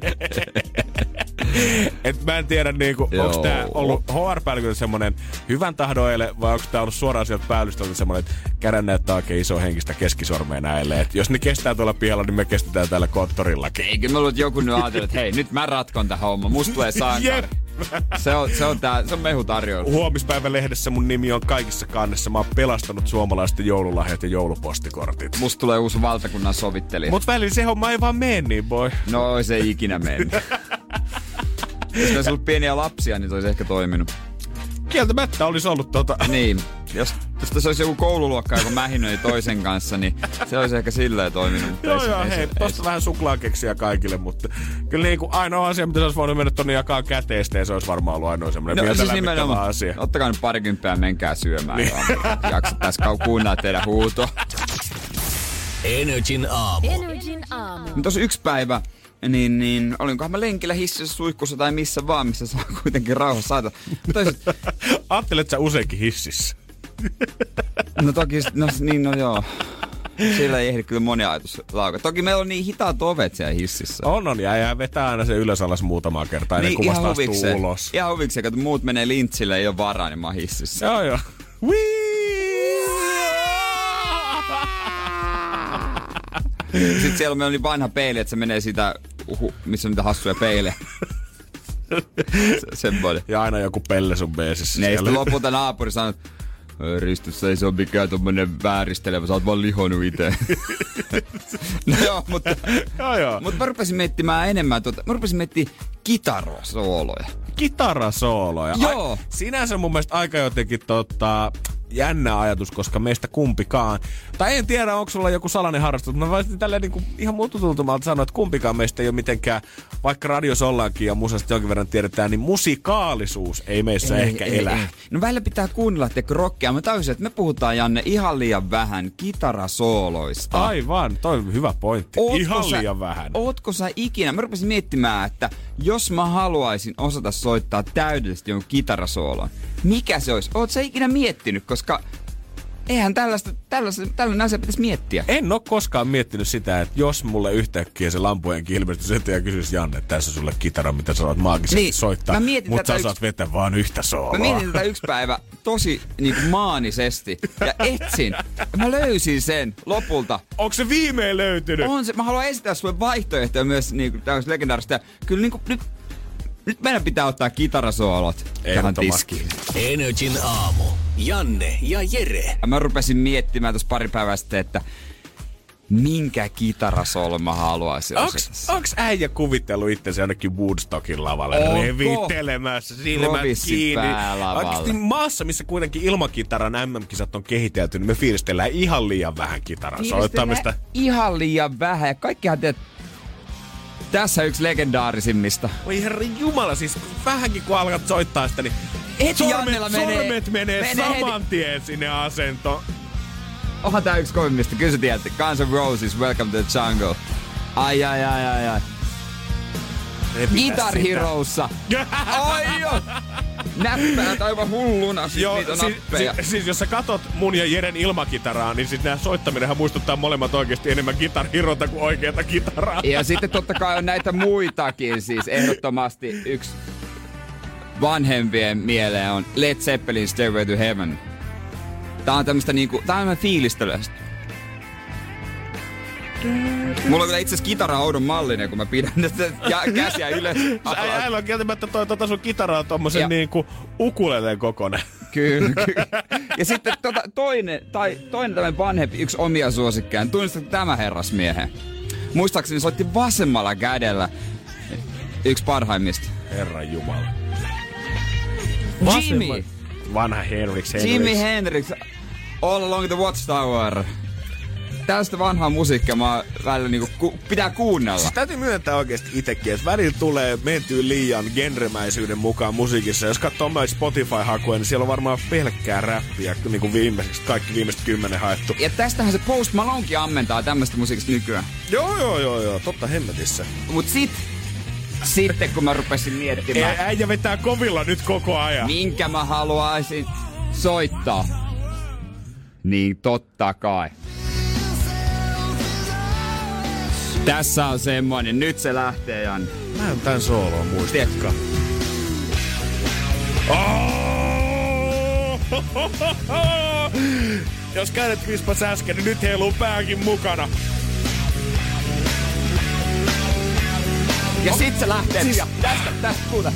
Et mä en tiedä, niinku, onko tää ollut H R-päälliköltä semmonen hyvän tahdon ele, vai onko tää ollut suoraan sieltä päällystöltä semmonen, että käden näyttää oikein iso henkistä keskisormea näille. Et jos ne kestää tuolla pihalla, niin me kestetään täällä konttorillakin. Eikö me ollut joku nyt ajatellut, että hei, nyt mä ratkon tän homma, musta tulee sankari. Se on, se on tää, se on mehutarjoilu. Huomispäivän lehdessä mun nimi on kaikissa kannessa. Mä oon pelastanut suomalaisten joululahjat ja joulupostikortit. Musta tulee uusi valtakunnan sovittelija. Mut välillä se homma ei vaan mene niin, boy. No, se ei ikinä mennyt. Jos olisi ollut pieniä lapsia, niin se olisi ehkä toiminut. Kieltämättä olisi ollut tota... Niin. Jos, jos tässä olisi joku koululuokka, joka mähinöi toisen kanssa, niin se olisi ehkä silleen toiminut. Joo, ei, joo, ei, hei, ei, tosta ei, vähän suklaakeksiä kaikille, mutta kyllä niin kuin ainoa asia, mitä se olisi voinut mennä tonne jakaa käteistä, ja se olisi varmaan ollut ainoa semmoinen no, mieltä siis lämmittävä asia. Ottakaa nyt parikymppää ja menkää syömään. Jaksat tässä kuunnella teidän huutoa. Energin aamu. Energin aamu. Tuossa yksi päivä, niin, niin olinkohan mä lenkillä hississä, suihkussa tai missä vaan, missä saa kuitenkin rauhassa saada. Toiset... Ajattelet sä useinkin hississä? No toki, no niin, no joo. Sillä ei ehdi kyllä moni ajatus lauka. Toki meillä on niin hitaat ovet siellä hississä. On, on. Ja, ja vetää aina se ylös alas muutamaa kertaa, ennen niin, kuin vasta astuu ulos. Ihan huvikseen, kun muut menee lintsille, ei ole varaa, niin mä oon hississä. Joo, joo. Whee! Sitten siellä meillä oli vanha peili, että se menee sitä, uhu, missä on niitä hassuja peilejä. Semmoinen. Ja aina joku pelle sun beesissä. Ne sitten lopulta naapuri sanoi, että Ristyssä ei se ole mikään tommonen vääristelevä, sä oot vaan lihonut ite. No joo, mutta, joo, joo. mutta mä rupesin miettimään enemmän tuota, mä rupesin miettimään kitarasooloja. Kitarasooloja? Joo. Ai, sinänsä mun mielestä aika jotenkin tota... jännä ajatus, koska meistä kumpikaan, tai en tiedä, onko sulla joku salainen harrastus, mutta mä voisin tälleen niin kuin ihan muututultumalta sanoa, että kumpikaan meistä ei ole mitenkään, vaikka radios ollaankin ja musasta jonkin verran tiedetään, niin musikaalisuus ei meissä ei, ehkä ei, elä. Ei. No välillä pitää kuunnella teko rockia, mä täysin, että me puhutaan, Janne, ihan liian vähän kitarasooloista. Aivan, toi on hyvä pointti. Ootko ihan sä, liian vähän. Ootko sä ikinä, mä rupesin miettimään, että jos mä haluaisin osata soittaa täydellisesti jonkun kitarasoolon, mikä se olisi? Oot sä ikinä miettinyt, koska eihän tällaista, tällaista, tällainen asia pitäisi miettiä. En oo koskaan miettinyt sitä, että jos mulle yhtäkkiä se lampujen ilmestyisi eteen ja kysyisi Janne, tässä sulle kitara, mitä sä oot maagisesti niin, soittaa, mutta sä saat yks... vetää vaan yhtä sooloa. Mä mietin tätä yksi päivä tosi niin kuin maanisesti ja etsin. Ja mä löysin sen lopulta. Onko se viimein löytynyt? On se. Mä haluan esittää sulle vaihtoehtoja myös niin kuin tämmöistä legendaarista. Kyllä niin kuin, nyt, nyt meidän pitää ottaa kitarasoolot tähän tiskiin. Energin aamu. Janne ja Jere. Mä rupesin miettimään tuossa pari päivää sitten, että minkä kitarasoolon mä haluaisin onks, onks äijä kuvitellut itsensä jonnekin Woodstockin lavalle revitelemässä, silmät kiinni? Oikeasti maassa, missä kuitenkin ilmakitaran M M-kisat on kehitelty, niin me fiilistellään ihan liian vähän kitaran soittamista. Ihan liian vähän. Ja kaikkihan teet, tässä yksi legendaarisimmista. Oi herra jumala, siis vähänkin kun alkat soittaa sitä, niin Et sormet, menee, sormet menee, menee saman heti. tien sinne asentoon. Onhan tää yksi kovimmista. Kyllä sä tiedät. Guns N' Roses, Welcome to the Jungle. Ai ai ai ai ai. Guitar Heroessa. Ai jo. Näppäät aivan hulluna. Siis joo, niitä siis, nappeja. Siis, siis jos sä katot mun ja Jeren ilmakitaraa, niin sit nää soittaminenhan muistuttaa molemmat oikeesti enemmän Guitar Herota kuin oikeeta kitaraa. Ja sitten totta kai on näitä muitakin. Siis ehdottomasti yksi vanhempien mieleen on Led Zeppelin Stairway to Heaven. Tää on tämmöstä niinku, tää on fiilistelyä. Mulla on vielä itse asiassa kitara oudon mallinen, kun mä pidän tästä ja käsiä ylös. Äillä on kieltämättä toi tota sun kitara on tommosen ja niinku ukuleleen kokonen. Kyllä, kyllä. Ja sitten tota, toinen, tai toinen tämmönen vanhempi, yksi omia suosikkejaan. Tunnistatko tämä herrasmiehen? Muistaakseni soitti vasemmalla kädellä. Yksi parhaimmista. Herran jumala. Jimmy. Vanha Hendrix Hendrix. Jimi Hendrix. All Along the Watchtower. Tällaista vanhaa musiikkia mä välillä niinku ku, pitää kuunnella. Siis täytyy myöntää oikeesti itekin, että välillä tulee mentyy liian genremäisyyden mukaan musiikissa. Jos katsoo myös Spotify-hakuja, niin siellä on varmaan pelkkää räppiä, niin kuin viimeiseksi, kaikki viimeiset kymmenen haettu. Ja tästähän se Post Malonekin ammentaa tämmöistä musiikista nykyään. Joo, joo, joo, joo, totta hemmetissä. Mut sit, sitten kun mä rupesin miettimään. Äijä vetää kovilla nyt koko ajan. Minkä mä haluaisin soittaa? Niin totta kai. Tässä on semmoinen. Nyt se lähtee, Janne. Mä en tän sooloa muistakaan. Oh! Jos kädet vispas äsken, niin nyt heiluu pääkin mukana. Ja oh. Sit se lähtee. Siis... Tästä, tästä kuuta.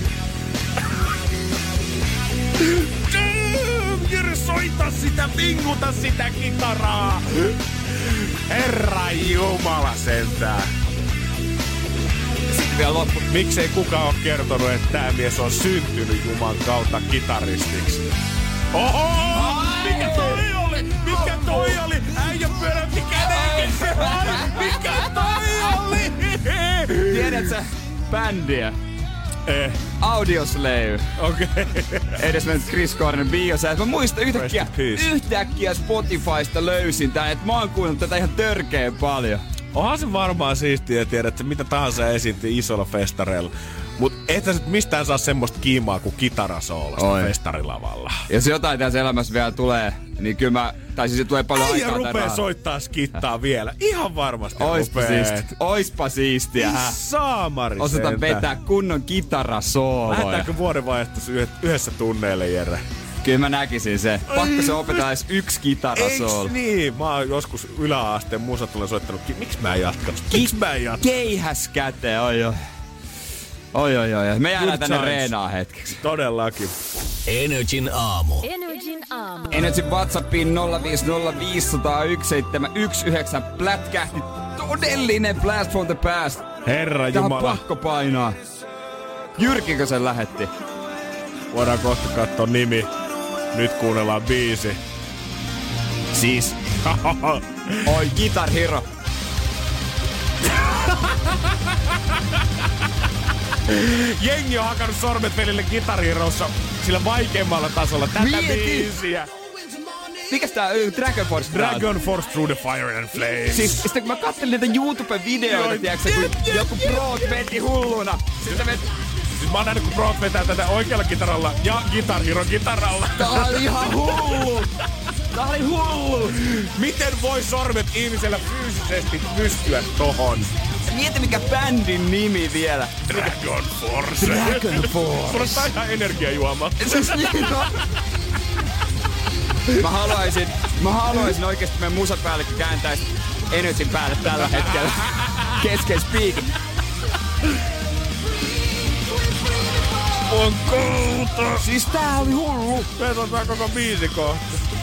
Jere, soita sitä, vinguta sitä kitaraa. Herra jumala sentään. Sitten vielä loppu. Miksei kukaan ole kertonut, että tää mies on syntynyt Juman kautta kitaristiksi? Oho! Ai! Mikä toi oli? Mikä toi oli? Äijä pyörätti käden! Mikä toi oli? Tiedätkö bändiä? Eh. Audioslave. Okei. Okay. Edes mennyt Chris Cornen biosä. Mä muistan yhtäkkiä, yhtäkkiä Spotifysta löysin tän, että mä oon kuunnellut tätä ihan törkeen paljon. Onhan se varmaan siistiä, tiedät, että mitä tahansa esiinti isolla festareilla. Mut et sä mistään saa semmoista kiimaa kuin kitarasoolosta festarilavalla. Jos jotain tässä elämässä vielä tulee, niin kyllä mä... Tai siis se tulee paljon Äijä aikaa rupee soittaa skittaa vielä. Ihan varmasti Oispa rupeet. siistiä. Oispa siistiä. Saamari Osataan vetää kunnon kitarasooloja. Lähdetäänkö vuodenvaihtossa yhdessä tunneille, Jere? Kyllä mä näkisin se. Pakko se opetella edes yksi kitarasoolo. Eiks niin? Mä oon joskus yläasteen musat olen soittanut. Miks mä en jatkanut? Miks mä en jatkanut? Keihäs käteen, oi oi. Oi oi oi, me jäädään tänne reenaa hetkeksi. Todellakin. Energin aamu. Energin aamu. Energin WhatsAppiin nolla viisi nolla viisi nolla nolla yksi seitsemän yksi yhdeksän plätkähti todellinen Blast from the Past. Herra Tää jumala. on pakko painaa. Jyrkikö sen lähetti? Voidaan kohta katsoa nimi. Nyt kuunnellaan biisi. Siis. Oi, Guitar Hero. Jengi on hakannut sormet velille Guitar Herossa sillä vaikeimmalla tasolla tätä Mieti. biisiä. Mikäs tää Dragon Force? Dragon Force Through the Fire and Flames. Siis sitten kun mä kattelin niitä YouTube-videoita, tiiäksä, kun joku proot veti hulluna. Sitten vet... Siis mä oon nähnyt, kun proot vetää tätä oikealla kitaralla ja Guitar Hero kitaralla. Tää on ihan hullu. Tää oli hullu! Miten voi sormet ihmisellä fyysisesti pystyä tohon? Mieti mikä bändin nimi vielä. Dragon Force. Dragon Force. Suorastaan ihan energiajuoma. Se on niin on. Mä haluaisin, mä haluaisin oikeesti meidän musapäällikkö kääntäisi Energyn päälle tällä hetkellä. Kesken spiikin. On kulta! Siis tää oli hullu! Me otetaan koko biisi kohta.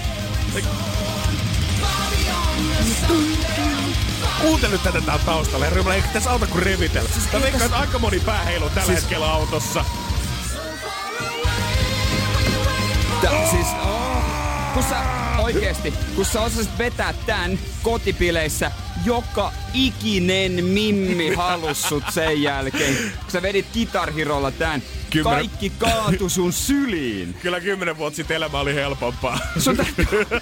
Kuuntele nyt tätä täällä taustalla. Herra, eikö tässä auta kuin revitellä? Siis tää veikkaa, että aika moni pää heiluu tällä siis... hetkellä autossa. Tää, siis, oh, kun sä oikeesti, kun sä osasit vetää tän kotipileissä, joka ikinen mimmi halus sut sen jälkeen. Kun sä vedit Guitar Herolla tän, Kymmenen... kaikki kaatu sun syliin. Kyllä kymmenen vuotta sitten elämä oli helpompaa. Sun tä...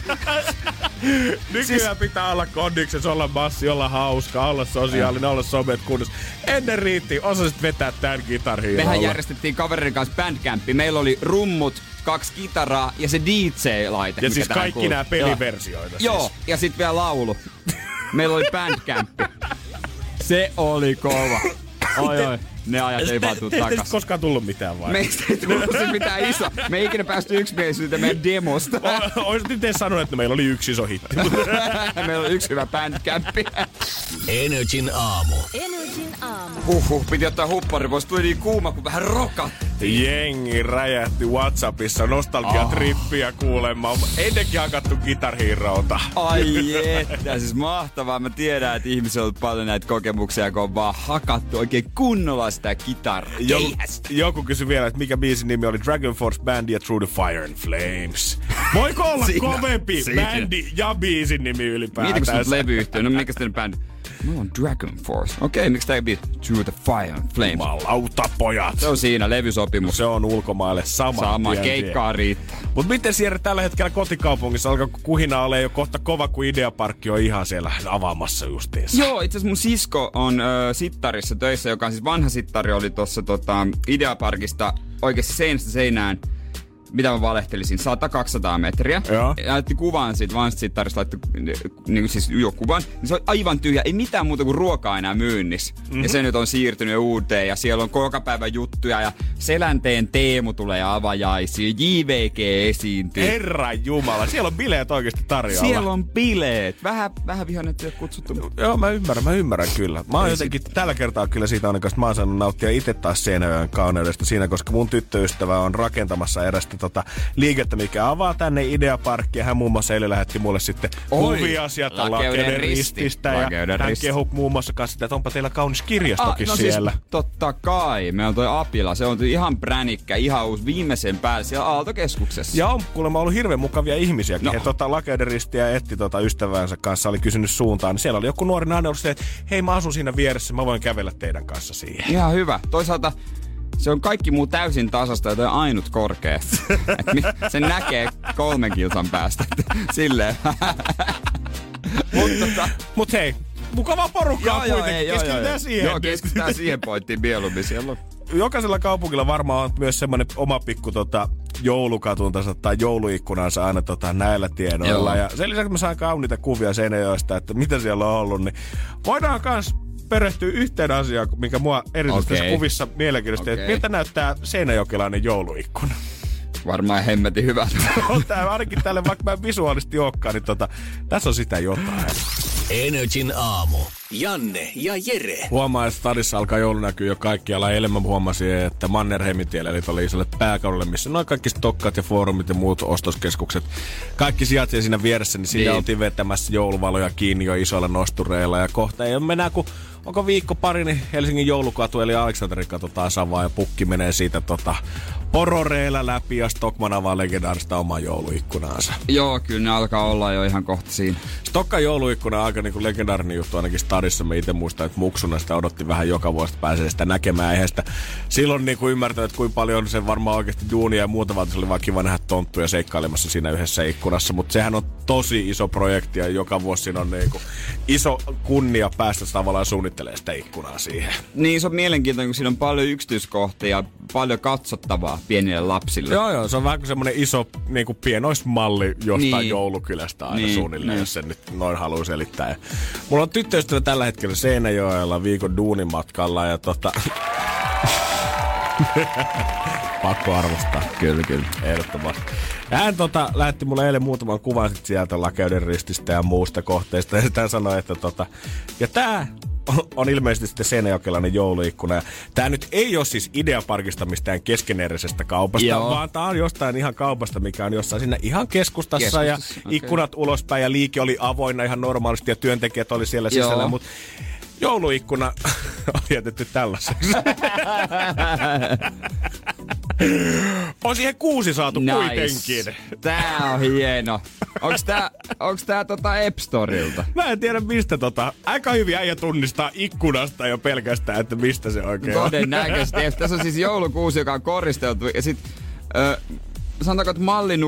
Nykyään siis... pitää olla kondiksessa, olla massi, olla hauska, olla sosiaalinen, olla somet kunnossa. Ennen riitti, osasit vetää tän Guitar Herolla. Mehän järjestettiin kaverin kanssa bandcampi. Meillä oli rummut, kaksi kitaraa ja se D J-laite. Ja siis kaikki nämä peliversioita. Siis. Joo, ja sit vielä laulu. Meillä oli bandcampi. Se oli kova. Oi oi, ne ajat ei vaan tuu takas. Teistä koskaan tullut mitään vai? Meistä ei tullut mitään iso. Me ei ikinä päästy yksimielisyyteen meidän demosta. Oisit nyt edes sanonut, että meillä oli yksi iso hitti. Meillä oli yksi hyvä bandcampi. Energin aamu. Energin aamu. Huhhuh, piti ottaa huppari pois. Tuli niin kuuma, kun vähän rokattiin. Jengi räjähti WhatsAppissa nostalgiatrippiä oh. kuulemaan. Ennenkin hakattu Guitar Herolta. Ai että, siis mahtavaa. Mä tiedän, että ihmisillä on ollut paljon näitä kokemuksia, kun on vaan hakattu oikein kunnolla sitä kitaraa. Joku, joku kysyi vielä, että mikä biisin nimi oli. Dragon Force Band ja Through the Fire and Flames. Voiko olla siinä, kovempi siinä. Bändi ja biisin nimi ylipäätään? Mieti, kun sä levyyhtiö. No mikä sitten bändi? Mulla on Dragon Force. Okei, okay, miksi tää biisi? Through the Fire and Flames. Jumalauta, pojat. Se on siinä, levysopimus. Se on ulkomaille sama. Sama, keikkaa riittää. Mut miten Jere tällä hetkellä kotikaupungissa alkaa kuhina ole jo kohta kova, kun Ideaparkki on ihan siellä avaamassa justiinsa? Joo, itse asiassa mun sisko on ö, sittarissa töissä, joka on siis vanha sittari, oli tossa tota, Ideaparkista oikeesti seinästä seinään. Mitä mä valehtelisin, sata kaksisataa metriä. Joo. Ja laitti kuvan siitä vanhasta sittarista, laitti niin siis jo kuvan. Niin se on aivan tyhjä, ei mitään muuta kuin ruokaa enää myynnissä. Mm-hmm. Ja se nyt on siirtynyt jo uuteen ja siellä on koko päivä juttuja ja Selänteen Teemu tulee avajaisiin, J V G esiintyy. Herran jumala, siellä on bileet oikeesti tarjolla. Siellä on bileet. Vähän, vähän vihan, että ei ole kutsuttu. Joo, mä ymmärrän, mä ymmärrän kyllä. Mä oon jotenkin sit... tällä kertaa kyllä siitä on, että mä oon saanut nauttia itse taas Seinäjoen kauneudesta siinä, koska mun tyttöystävä on rakentamassa erästä tota liikettä, mikä avaa tänne Ideaparkki, ja hän muun muassa eilen lähetti mulle sitten Oi, kuvia sieltä Lakeuden rististä, ja Lakeuden hän risti. kehui muun muassa kanssa sitä, että onpa teillä kaunis kirjastokin ah, no siellä. Siis, totta kai. Meillä on toi Apila, se on ihan pränikkä, ihan uusi viimeisen päälle siellä Aaltokeskuksessa. Ja on kuulemma ollut hirveän mukavia ihmisiäkin. No. He tota, Lakeuden ristiä etti tota, ystävänsä kanssa, oli kysynyt suuntaan, niin siellä oli joku nuori nainen ollut että hei, mä asun siinä vieressä, mä voin kävellä teidän kanssa siihen. Ihan hyvä. Toisaalta se on kaikki muu täysin tasasta ja toi ainut korkea. Sen näkee kolmen kilsan päästä. Silleen. Mut, tota, mut hei, mukavaa porukkaa joo, kuitenkin. Joo, keskitytään joo, siihen. Joo, keskitytään siihen pointtiin mieluummin. Siellä on. Jokaisella kaupungilla varmaan on myös semmoinen oma pikku tota, joulukatuntansa tai jouluikkunansa aina tota, näillä tiedoilla. Joo. Ja sen lisäksi mä saan kauniita kuvia Seinäjoesta, että mitä siellä on ollut. Niin voidaan kans perehtyy yhteen asiaan, mikä mua erityisesti okay. kuvissa mielenkiintoisesti, okay. että miltä näyttää seinäjokilainen jouluikkuna. Varmaan hemmetin hyvältä. On tää ainakin tälle, vaikka mä en visuaalisesti olekaan, niin tota, tässä on sitä jotain. Energin aamu. Janne ja Jere. Huomaa, että stadissa alkaa joulu näkyy jo kaikkialla. Eilen mä huomasin, että Mannerheimintiellä, eli tuolla isolle pääkaudelle, missä noin kaikki stokkat ja foorumit ja muut ostoskeskukset, kaikki sijaitsee siinä vieressä, niin siinä niin. oltiin vetämässä jouluvaloja kiinni jo isoilla nostureilla. Ja kohta ei ole mennä, kun onko viikko pari, niin Helsingin joulukatu, eli Aleksanterin katu taas avaa ja pukki menee siitä tota, pororeilla läpi ja Stockman avaa legendaarista omaa jouluikkunaansa. Joo, kyllä ne alkaa olla jo ihan kohta siinä. Stokkan jouluikkuna on aika niinku legendaarinen juttu ainakin stadilla. stadissa. Mä itse muistan, että muksuna sitä odotti vähän joka vuosi, pääsee sitä näkemään. Eihän sitä silloin niin kuin ymmärtänyt, että kuinka paljon se varmaan oikeasti duunia ja muuta, vaan se oli vaan kiva nähdä tonttuja seikkailemassa siinä yhdessä ikkunassa. Mutta sehän on tosi iso projekti ja joka vuosi siinä on niin kuin iso kunnia päästä tavallaan suunnittelemaan sitä ikkunaa siihen. Niin, se on mielenkiintoinen, kun siinä on paljon yksityiskohtia ja paljon katsottavaa pienille lapsille. Joo, joo, se on vähän kuin semmoinen iso niin kuin pienoismalli jostain niin. joulukylästä aina niin, suunnilleen, niin. jos sen nyt noin haluaa selittää. Ja mulla on tyttöystävä tällä hetkellä Seinäjoella viikon duunimatkalla ja tota... Pakko arvostaa. Kyllä, kyllä. Ehdottomasti. Ja hän tota, lähetti mulle eilen muutaman kuvan sit sieltä Lakeuden rististä ja muusta kohteesta. Ja hän sanoi, että tota... Ja tää on ilmeisesti sitten seinäjokelainen jouluikkuna. Ja tää nyt ei ole siis Ideaparkista mistään keskeneräisestä kaupasta, Joo. vaan tää on jostain ihan kaupasta, mikä on jossain siinä ihan keskustassa. Keskustassa ja okay. ikkunat ulospäin ja liike oli avoinna ihan normaalisti ja työntekijät oli siellä Joo. sisällä. Mutta jouluikkuna on jätetty tällaiseksi. On siihen kuusi saatu nice. kuitenkin. Tää on hieno. Onks tää, onks tää tota App Storilta? Mä en tiedä mistä tota. Aika hyvin äijä tunnistaa ikkunasta jo pelkästään, että mistä se oikein on. Todennäköisesti. Tässä on siis joulukuusi, joka on koristeltu. Ja sit, äh, sanotaanko, että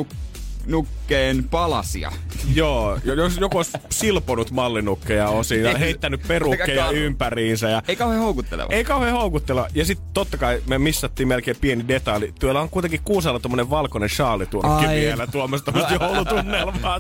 mallinukkeen palasia. Joo, jos joku olisi silponut mallinukkeja osin ja heittänyt perukkeja ympäriinsä. Ja ei kauhean houkutteleva. Ei kauhean houkutteleva. Ja sitten totta kai me missattiin melkein pieni detaili. Tuolla on kuitenkin Kuusalla tommonen valkoinen shaaliturkki vielä tuomassa tämmöistä joulutunnelmaa.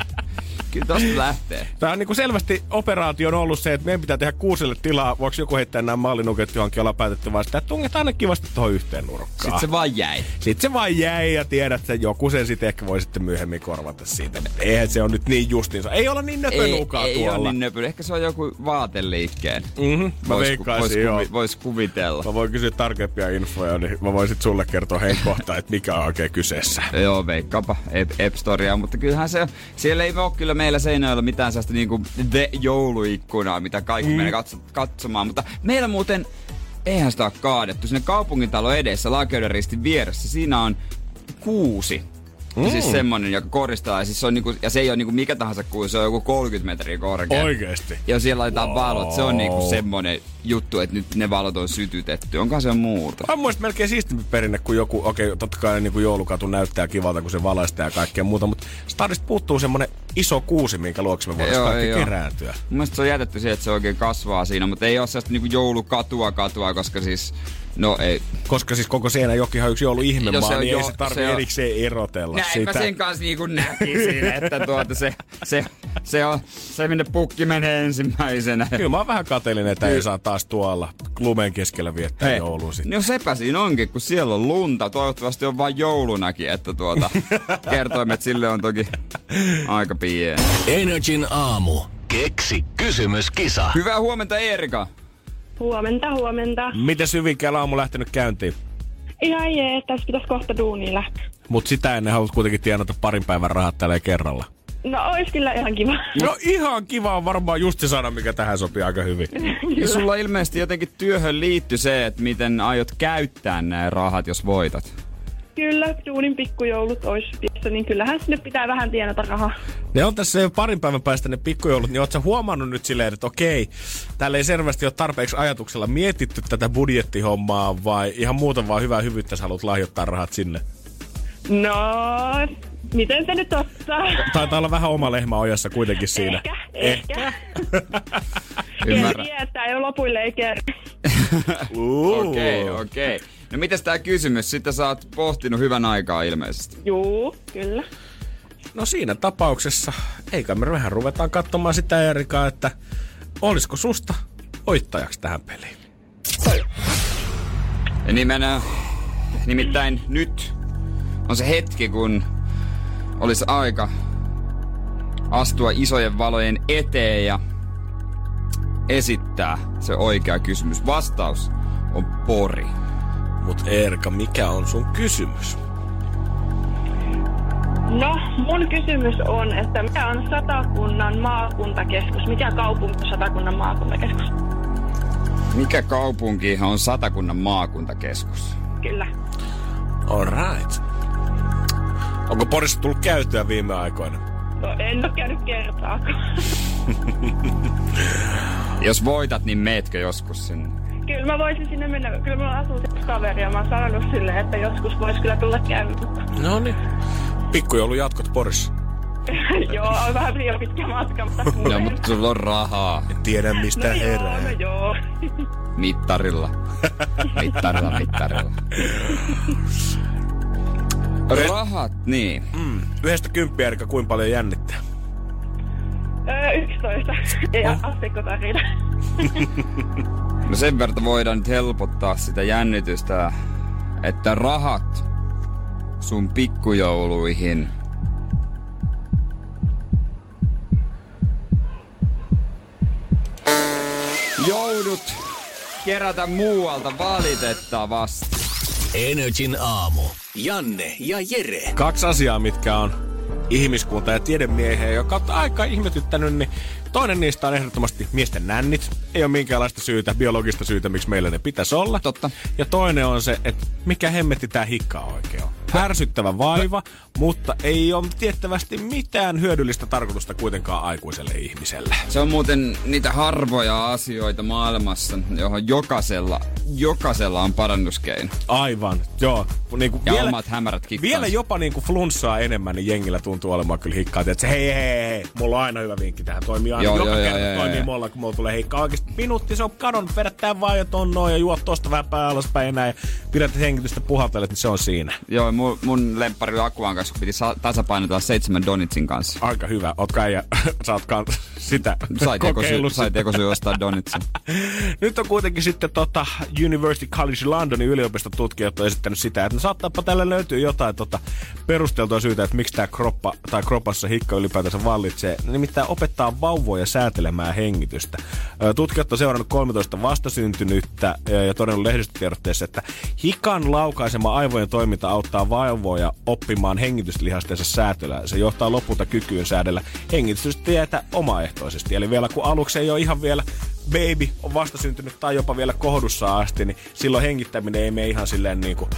Kyllä tosta lähtee. Tää on niinku selvästi operaatio on ollut se, että meidän pitää tehdä Kuuselle tilaa. Voiko joku heittää nämä mallinuket johonkin, ollaan päätetty vaan sitä, että tungetaan aina kivasti tuohon yhteen nurkkaan. Sitten se vaan jäi. Sitten se vaan jäi ja tiedät, että joku sen sitten ehkä voi sitten myöhemmin korvata siitä. Eihän se on nyt niin justiinsa. Ei olla niin nöpönuukaa tuolla. Ei ole niin nöpö. Ehkä se on joku vaateliikkeen. Mm-hmm. Mä vois, veikkaisin vois, joo. Kuvi, vois kuvitella. Mä voin kysyä tarkempia infoja, niin mä voin sit sulle kertoa heidän kohtaa, että mikä on oikein kyseessä. Joo, veikkaapa App Storea, mutta kyllähän se, siellä ei ole kyllä meillä Seinäjoella mitään sellaista niinku The-jouluikkunaa, mitä kaikki mm. menee katso, katsomaan. Mutta meillä muuten, eihän sitä ole kaadettu. Sinne kaupungintalon edessä, Lakeuden ristin vieressä, siinä on kuusi. Mm. Ja siis semmonen, joka koristellaan. Ja, siis se, on niinku, ja se ei ole niinku mikä tahansa kuusi, se on joku kolmekymmentä metriä korkea. Oikeesti? Ja siellä laitetaan wow. valot. Se on niinku semmonen juttu, että nyt ne valot on sytytetty. Onkaan se muuta? On muista melkein siistimpi perinne kuin joku, okei, okay, totta kai niinku joulukatu näyttää kivalta, kun se valaistaa ja kaikkea muuta, mutta stadista puuttuu semmonen iso kuusi, minkä luokse me voidaan kaikki joo. kerääntyä. Mun mielestä se on jätetty siihen, että se oikein kasvaa siinä, mutta ei ole sellaista niinku joulukatua katua, koska siis no ei. Koska siis koko Seinäjokihan on yksi jouluihmemaa, no niin jo, ei se tarvitse se erikseen erotella näinpä sitä. Näinpä sen kanssa niinku näkisin, että tuota se, se, se on se, minne pukki menee ensimmäisenä. Kyllä mä oon vähän kateellinen, että ei saa taas tuolla lumen keskellä viettää Hei. joulua sitten. No sepä siinä onkin, kun siellä on lunta. Toivottavasti on vain joulunakin, että tuota kertoimet sille on toki aika pieni. Energin aamu. Keksi kysymyskisa. Hyvää huomenta, Eerika. Huomenta, huomenta. Miten Hyvinkäällä aamu lähtenyt käyntiin? Ihan jee, tässä pitäisi kohta duuniin lähteä. Mut sitä ennen haluat kuitenkin tienata parin päivän rahat tälleen kerralla. No ois kyllä ihan kiva. No ihan kiva on varmaan just se sana, mikä tähän sopii aika hyvin. Ja sulla ilmeisesti jotenkin työhön liittyy se, että miten aiot käyttää nämä rahat, jos voitat. Kyllä, duunin pikkujoulut ois piessä, niin kyllähän sinne pitää vähän tienata rahaa. Ne on tässä jo parin päivän päästä ne pikkujoulut, niin oot sä huomannut nyt silleen, että okei, täällä ei selvästi ole tarpeeksi ajatuksella mietitty tätä budjettihommaa, vai ihan muuta vaan hyvää hyvyyttä sä haluat lahjoittaa rahat sinne? No, miten se nyt ottaa? Taitaa olla vähän oma lehmä ojassa kuitenkin siinä. Ehkä, ehkä. Ymmärrän. En tiedä, ei ole lopuille ei kerran. Okei, okei. Okay. No mitäs tää kysymys? Sitten sä oot pohtinut hyvän aikaa ilmeisesti. Juu, kyllä. No siinä tapauksessa, eikä me vähän ruvetaan katsomaan sitä Erikaa, että olisiko susta voittajaksi tähän peliin? Ja nimenä, nimittäin nyt on se hetki, kun olisi aika astua isojen valojen eteen ja esittää se oikea kysymys. Vastaus on Pori. Mut Eerika, mikä on sun kysymys? No, mun kysymys on, että mikä on Satakunnan maakuntakeskus? Mikä kaupunki on Satakunnan maakuntakeskus? Mikä kaupunki on Satakunnan maakuntakeskus? Kyllä. All right. Onko Porissa tullut käytyä viime aikoina? No, en ole käynyt kertaakaan. Jos voitat, niin meetkö joskus sinne? Kyllä mä voisin sinne mennä. Kyllä mulla asuu se kaveri ja mä oon sanonut silleen, että joskus vois kyllä tulla käymään. No niin. Pikkujoulun jatkot Porissa. Joo, on vähän liian pitkä matka, mutta... No, mutta sulla on rahaa. En tiedä mistä no herää. Joo, no joo. Mittarilla. Mittarilla, mittarilla. Rahat, niin. Mm. Yhdestä kymppiä, Erika, kuinka paljon jännittää? Öö, yksitoista. Ja oh. asteikkotarina. No sen verran voidaan nyt helpottaa sitä jännitystä, että rahat sun pikkujouluihin joudut kerätä muualta valitettavasti. Energin aamu. Janne ja Jere. Kaksi asiaa, mitkä on ihmiskunta ja tiedemiehiä, joka on aika ihmetyttänyt, niin toinen niistä on ehdottomasti miesten nännit. Ei ole minkäänlaista syytä, biologista syytä, miksi meillä ne pitäisi olla. Totta. Ja toinen on se, että mikä hemmetti tää hikka oikein on. Härsyttävä vaiva, mutta ei ole tiettävästi mitään hyödyllistä tarkoitusta kuitenkaan aikuiselle ihmiselle. Se on muuten niitä harvoja asioita maailmassa, johon jokaisella, jokaisella on parannuskeino. Aivan, joo. Niin kuin ja vielä, omat hämärät kikkansa. Vielä jopa niin kuin flunssaa enemmän, niin jengillä tuntuu olemaan kyllä hikkaa. Että se, hei, hei, hei, mulla on aina hyvä vinkki tähän. Toimii aina. Joo, Joka joo, kerta joo, toimii joo, mulla, kun mulla tulee hikkaa. Oikeasti minuutti, se on kadonnut. Vedättää vaan ja tonnoon ja juot tosta vähän pää alaspäin ja näin. Pidät hengitystä puhaltelet, niin se on siinä. Joo, mun, mun lemppari Akuan kanssa piti sa- tasapainotella seitsemän donitsin kanssa. Aika hyvä. Ootko äijä, sä oot kans sitä sai kokeillut. Sai tekosyy ostaa donitsin. Nyt on kuitenkin sitten tota University College Londonin yliopistotutkijat on esittänyt sitä, että no saattaapa tällä löytyy jotain tota perusteltua syytä, että miksi tää kroppa tai kropassa hikka ylipäätänsä vallitsee. Nimittäin opettaa vauvoja säätelemään hengitystä. Tutkijat on seurannut kolmetoista vastasyntynyttä ja todennut lehdistötiedotteessa, että hikan laukaisema aivojen toiminta auttaa vauvoja oppimaan hengityslihasteensa säätelyä. Se johtaa lopulta kykyyn säädellä hengitystietä omaehtoisesti. Eli vielä kun aluksi ei ole ihan vielä baby on vastasyntynyt tai jopa vielä kohdussa asti, niin silloin hengittäminen ei mene ihan silleen niinku...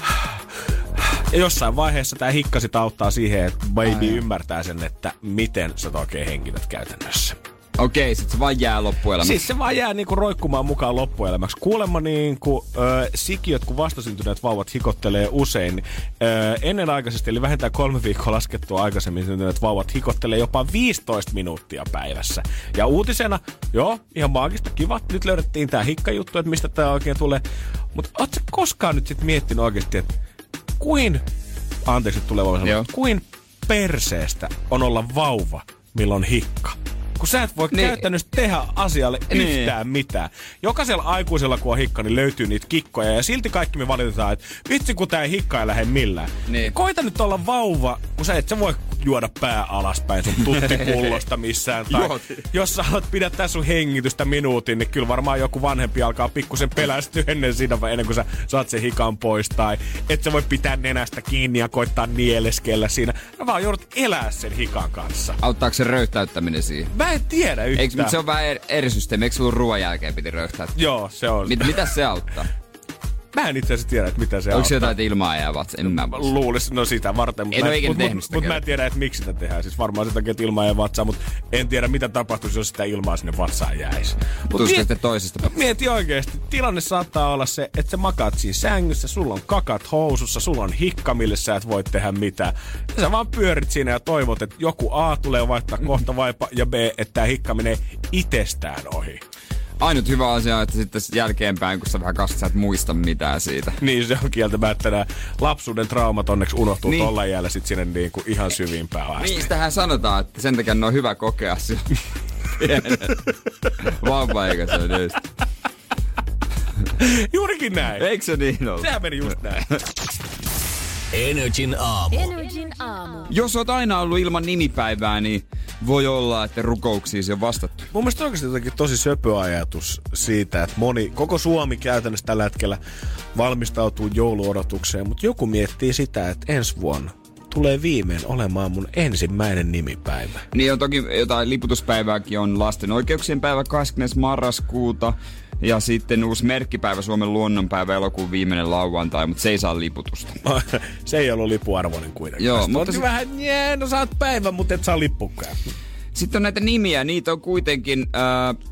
Ja jossain vaiheessa tää hikka sit auttaa siihen, että baby Ai. ymmärtää sen, että miten sä oikein hengität käytännössä. Okei, sit se vaan jää loppuelämäksi. Siis se vaan jää niinku roikkumaan mukaan loppuelämäksi. Kuulemma niinku ö, sikiöt, kun vastasyntyneet vauvat hikottelee usein, niin, ö, ennenaikaisesti, eli vähintään kolme viikkoa laskettua aikaisemmin syntyneet vauvat hikottelee jopa viisitoista minuuttia päivässä. Ja uutisena, joo, ihan maagista, kiva. Nyt löydettiin tää hikkajuttu, että mistä tää oikein tulee. Mutta oot sä koskaan nyt sit miettinyt oikeesti, että kuin, anteeksi tulee vaan sanoa, kuin perseestä on olla vauva, milloin hikka? Kun sä et voi niin. käytännössä tehdä asialle niin. yhtään mitään. Jokaisella aikuisella, kun on hikka, niin löytyy niitä kikkoja. Ja silti kaikki me valitetaan, että vitsi, kun tää hikka ei lähde millään. Niin. Koita nyt olla vauva, kun sä et sä voi juoda pää alaspäin sun tuttipullosta missään. Tai jos sä haluat pidättää sun hengitystä minuutin, niin kyllä varmaan joku vanhempi alkaa pikkusen pelästyä ennen sitä, ennen kuin sä saat sen hikan pois. Tai et sä voi pitää nenästä kiinni ja koittaa nieleskellä siinä. No vaan joudut elää sen hikan kanssa. Auttaako se röyhtäyttäminen siihen? Mä en tiedä yhtään. Eikö, mutta se on vähän eri, eri systeemi. Eikö sulla ruoan jälkeen piti röyhtää? Joo, se on. Mit, mitä se auttaa? Mä en itse asiassa tiedä, että mitä se Onko auttaa. Onko se jotain, että ilmaa jää vatsa? En mä luulisin, no sitä varten. En ole ikinä mut, tehnyt mut, sitä. Mutta mä en tiedä, että miksi sitä tehdään. Siis varmaan sen takia, että ilmaa jää vatsaa, mutta en tiedä, mitä tapahtuisi, jos sitä ilmaa sinne vatsaan jäisi. Tulisiko sitten toisesta? Mieti oikeesti. Tilanne saattaa olla se, että sä makaat siinä sängyssä, sulla on kakat housussa, sulla on hikka, mille sä et voi tehdä mitään. Ja sä vaan pyörit siinä ja toivot, että joku A tulee vaihtaa kohta vaipa ja B, että tää hikka menee itsestään ohi. Ainut hyvä asia on, että sitten jälkeenpäin, kun sä vähän kasvat, sä et muista mitään siitä. Niin, se on kieltämättä nämä lapsuuden traumat onneksi unohtuu niin. Tolla jäällä sit sinne niin kuin ihan syvimpään asti. Niin, sitähän sanotaan, että sen takia on hyvä kokea sillä pienet vauva, eikä se ole Juurikin näin. Eikö se niin ollut? Sehän meni just näin. Energin aamu. Energin aamu. Jos oot aina ollut ilman nimipäivää, niin voi olla, että rukouksiisi on vastattu. Mun mielestä oikeasti jotenkin tosi söpö ajatus siitä, että moni, koko Suomi käytännössä tällä hetkellä valmistautuu jouluodotukseen, mutta joku miettii sitä, että ensi vuonna tulee viimein olemaan mun ensimmäinen nimipäivä. Niin on toki jotain liputuspäivääkin, on lasten oikeuksien päivä kahdeskymmenes marraskuuta. Ja sitten uusi merkkipäivä, Suomen luonnonpäivä, elokuun viimeinen lauantai, mutta se ei saa liputusta. Se ei ollut lipuarvoinen kuitenkaan. Joo, mutta se... vähän, jee, no saat päivän, mutta et saa lippukaan. Sitten on näitä nimiä, niitä on kuitenkin äh,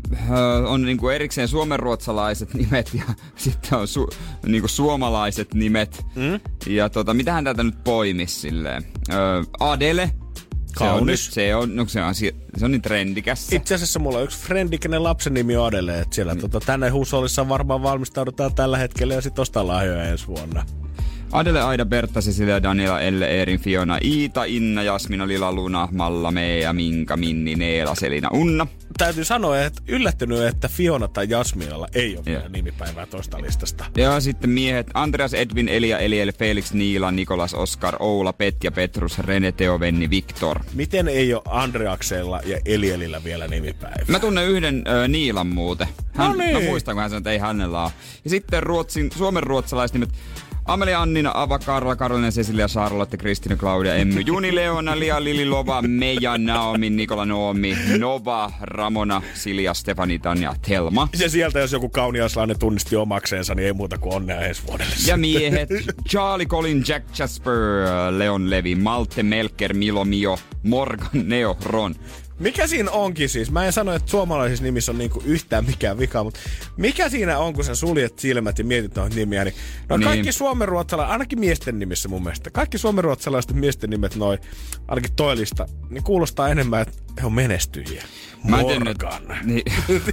on niinku erikseen suomenruotsalaiset nimet ja sitten on su, niinku suomalaiset nimet. Mm? Ja tota, mitähän täältä nyt poimis silleen? Öö, Adele. Kaunis. Se on, no, se on, se on niin trendikäs. Itse asiassa mulla on yksi frendi, kenen lapsen nimi on Adele. Että siellä mm. tota, tänne huushollissa varmaan valmistaudutaan tällä hetkellä ja sit ostaa lahjoja ensi vuonna. Adele, Aida, Bertta, Cecilia, Daniela, Elle, Eerin, Fiona, Iita, Inna, Jasmina, Lila, Luna, Malla, Meija, Minka, Minni, Neela, Selina, Unna. Täytyy sanoa, että yllättynyt, että Fiona tai Jasminalla ei ole vielä nimipäivää toista listasta. Ja sitten miehet Andreas, Edvin, Elia, Eliel, Felix, Niila, Nikolas, Oskar, Oula, Petja, Petrus, Rene, Teo, Venni, Viktor. Miten ei ole Andreaksella ja Elielillä vielä nimipäivää? Mä tunnen yhden ö, Niilan muuten. Hän, no niin. Mä muistan, kun hän sanoi, että ei hänellä ole. Ja sitten Ruotsin, Suomen ruotsalaiset nimet. Amelia, Annina, Ava, Karla, Karolina, Cecilia, Charlotte, Kristina, Claudia, Emmy, Juni, Leona, Lia, Lili, Lova, Meija, Naomi, Nikola, Noomi, Nova, Ramona, Silja, Stefani, Tanja, Telma. Ja sieltä, jos joku kauniaislainen tunnisti omakseensa, niin ei muuta kuin onnea ensi vuodelle. Ja miehet Charlie, Colin, Jack, Jasper, Leon Levi, Malte, Melker, Milo, Mio, Morgan, Neo, Ron. Mikä siinä onkin siis? Mä en sano, että suomalaisissa nimissä on niinku yhtään mikään vika, mutta mikä siinä on, kun sä suljet silmät ja mietit noita nimiä, niin no niin. Kaikki suomenruotsalaiset, ainakin miesten nimissä mun mielestä, kaikki suomenruotsalaiset miesten nimet noin, ainakin toi lista, niin kuulostaa enemmän, että he on menestyjiä. Morgan. Niin.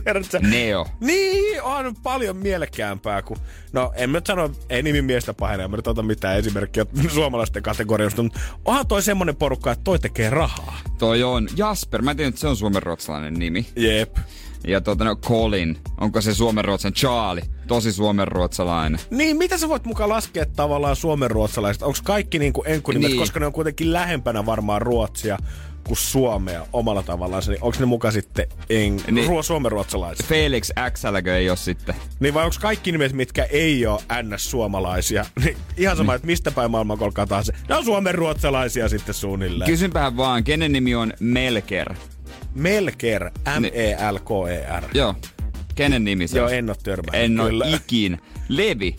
Neo. Niin, on paljon mielekkäämpää kuin... No, en mä nyt sano, ei nimi miestä pahene, en mä nyt ota mitään esimerkkiä suomalaisten kategoriasta, mutta onhan toi semmonen porukka, että toi tekee rahaa. Toi on Jasper, mä en tiedä, että se on suomenruotsalainen nimi. Jep. Ja tuota, no Colin, onko se suomenruotsan Charlie? Tosi suomenruotsalainen. Niin, mitä sä voit mukaan laskea tavallaan suomenruotsalaiset? Onko kaikki niinku enkkunimet, niin. Koska ne on kuitenkin lähempänä varmaan ruotsia kuin suomea omalla tavallaan, niin onko ne mukaan sitten en... niin. ruo- suomenruotsalaiset? Felix Xlläkö ei ole sitten? Niin, vai onko kaikki nimet, mitkä ei ole ns-suomalaisia? Niin, ihan sama, niin. Että mistä päin maailmankolkaa tahansa. Ne on suomenruotsalaisia sitten suunnilleen. Kysynpähän vaan, kenen nimi on Melker? Melker, M E L K E R. Joo. Kenen nimi se Joo, on? en oo törmännyt. En oo ikin. Levi.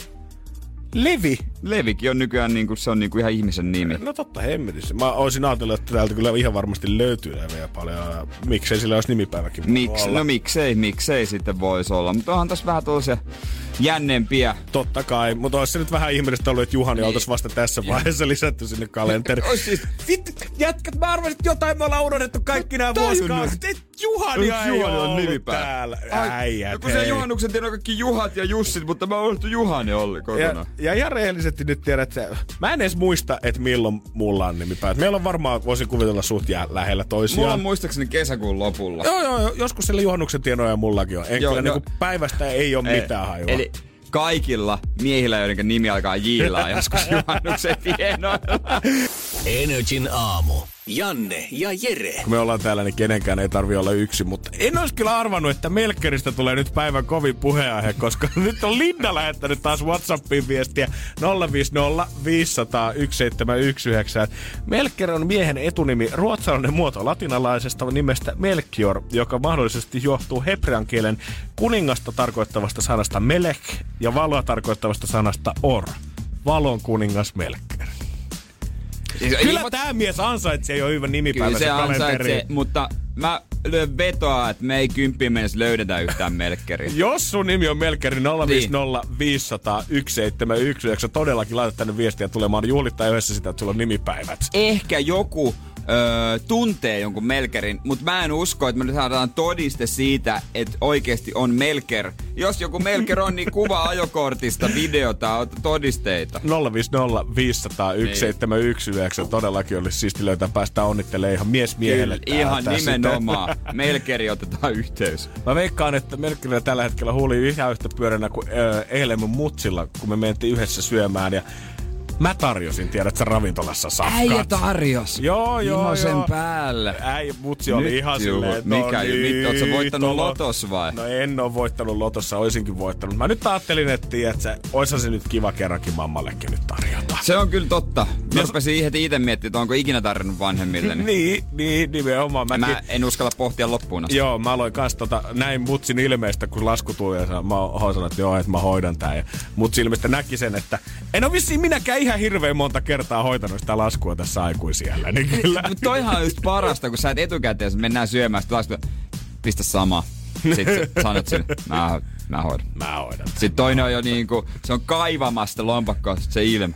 Levi? Levikin on nykyään niinku, se on niinku ihan ihmisen nimi. No totta hemmetissä. Mä oisin ajatellut, että täältä kyllä ihan varmasti löytyy leveä paljon. Miksei sillä olisi nimipäiväkin? Miks, no miksei, miksei sitten voisi olla. Mutta onhan tässä vähän tuollaisia jännempiä. Totta kai, mutta olisi se nyt vähän ihmeellistä ollut, että Juhani niin. Oltaisi vasta tässä vaiheessa lisätty sinne kalenteriin. Siis... Vittu, jätkät, mä arvasin, että jotain me ollaan unohdettu kaikki nämä vuosikaudet. Juhania ei Juhani on ollut täällä. Äijät, no kun se juhannuksen tiedä kaikki Juhat ja Jussit, mutta mä unohdettu Juhani Olli kokonaan. Ja, ja ihan rehellisesti nyt tiedät, että mä en edes muista, että milloin mulla on nimipäivät. Meillä on varmaan, voisin kuvitella suht jää lähellä toisiaan. Mulla on muistaakseni kesäkuun lopulla. Joo, joo, joo. Joskus siellä juhannuksen tienoja mullakin on. En joo, kyllä no, niin päivästä ei ole ei, mitään hajua. Eli kaikilla miehillä, joiden nimi alkaa Jillaa joskus juhannuksen tienoilla. Energin aamu. Janne ja Jere. Kun me ollaan täällä, niin kenenkään ei tarvi olla yksi, mutta en olisi kyllä arvannut, että Melkeristä tulee nyt päivän kovin puheenaihe, koska nyt on Linda lähettänyt taas WhatsAppiin viestiä nolla viisi nolla viisi nolla nolla yksi seitsemän yksi yhdeksän. Melker on miehen etunimi, ruotsalainen muoto latinalaisesta nimestä Melchior, joka mahdollisesti johtuu hebrean kielen kuningasta tarkoittavasta sanasta melek ja valoa tarkoittavasta sanasta or. Valon kuningas Melker. Kyllä ilma... tämä mies ansaitsee jo hyvän nimipäivänsä kalenteriin. Kyllä se ansaitsee, mutta mä lyön vetoa, että me ei kymppiin mennessä löydetä yhtään Melkeriä. Jos sun nimi on Melkeri nolla viisi nolla viisi nolla nolla yksi seitsemän yksi yhdeksän, todellakin laita tänne viestiä tulemaan juhlittaa yhdessä sitä, että sulla on nimipäivät. Ehkä joku öö, tuntee jonkun Melkerin, mutta mä en usko, että me saadaan todiste siitä, että oikeasti on Melker. Jos joku Melker on, niin kuva ajokortista, videota, todisteita. nolla viisi nolla viisi nolla nolla yksi seitsemän yksi yhdeksän, todellakin olisi siisti löytää, päästä onnittelemaan ihan mies miehelle. Ihan nimenomaan. Melkeri otetaan yhteys. Mä veikkaan, että Melkerillä tällä hetkellä huuli ihan yhtä pyöränä kuin äh, eilen mun mutsilla, kun me mentiin yhdessä syömään ja mä tarjosin, tiedätkö, ravintolassa safkat. Äijä tarjos. Joo, joo, Imosen joo. päälle. Äijä, mutsi oli nyt ihan juu, silleen, että mikä, no niin, ootko sä voittanut tolo. lotos vai? No en oo voittanut lotossa, oisinkin voittanut. Mä nyt ajattelin, että tiedätkö, oishan se nyt kiva kerrankin mammallekin nyt tarjota. Se on kyllä totta. Mä rupesin itse miettimään, että onko ikinä tarjonnut vanhemmille. Niin, niin, niin nimenomaan. Mäkin... Mä en uskalla pohtia loppuun asti. Joo, mä aloin kans tota, näin mutsin ilmeistä, kun lasku tuli ja mä sanoin, että joo, että mä hoidan tää. Ja mutsin ilmeistä näki sen, että en oo vissiin minäkään ihan hirveän monta kertaa hoitanut sitä laskua tässä aikuisiellä. Niin kyllä. Mutta toihan on just parasta, kun sä et etukäteen, mennään syömään sitä laskua, pistä sama. Sitten sanot sille, mä, mä hoidan. Mä hoidan. Sitten toinen on jo niinku, se on kaivamasta lompakkoa se ilme.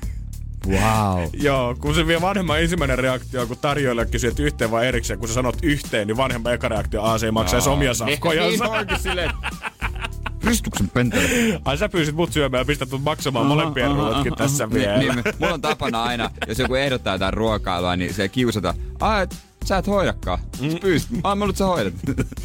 Wow. Joo, kun se vie vanhemman ensimmäinen reaktio, kun tarjoilija kysyy, että yhteen vai erikseen, kun sä sanot yhteen, niin vanhemman eka reaktio, aa se ei maksaisi omia safkojansa. Niin onkin silleen, Kristuksen pentele. Ai sä pyysit mut syömään ja pistät mut maksamaan molempien ruotkin tässä vielä. Niin, niin, mulla on tapana aina, jos joku ehdottaa jotain ruokailua, niin se kiusataan. Ai, sä et hoidakaan. Mm. Pyysit. Ai, mä luulen, sä hoidat.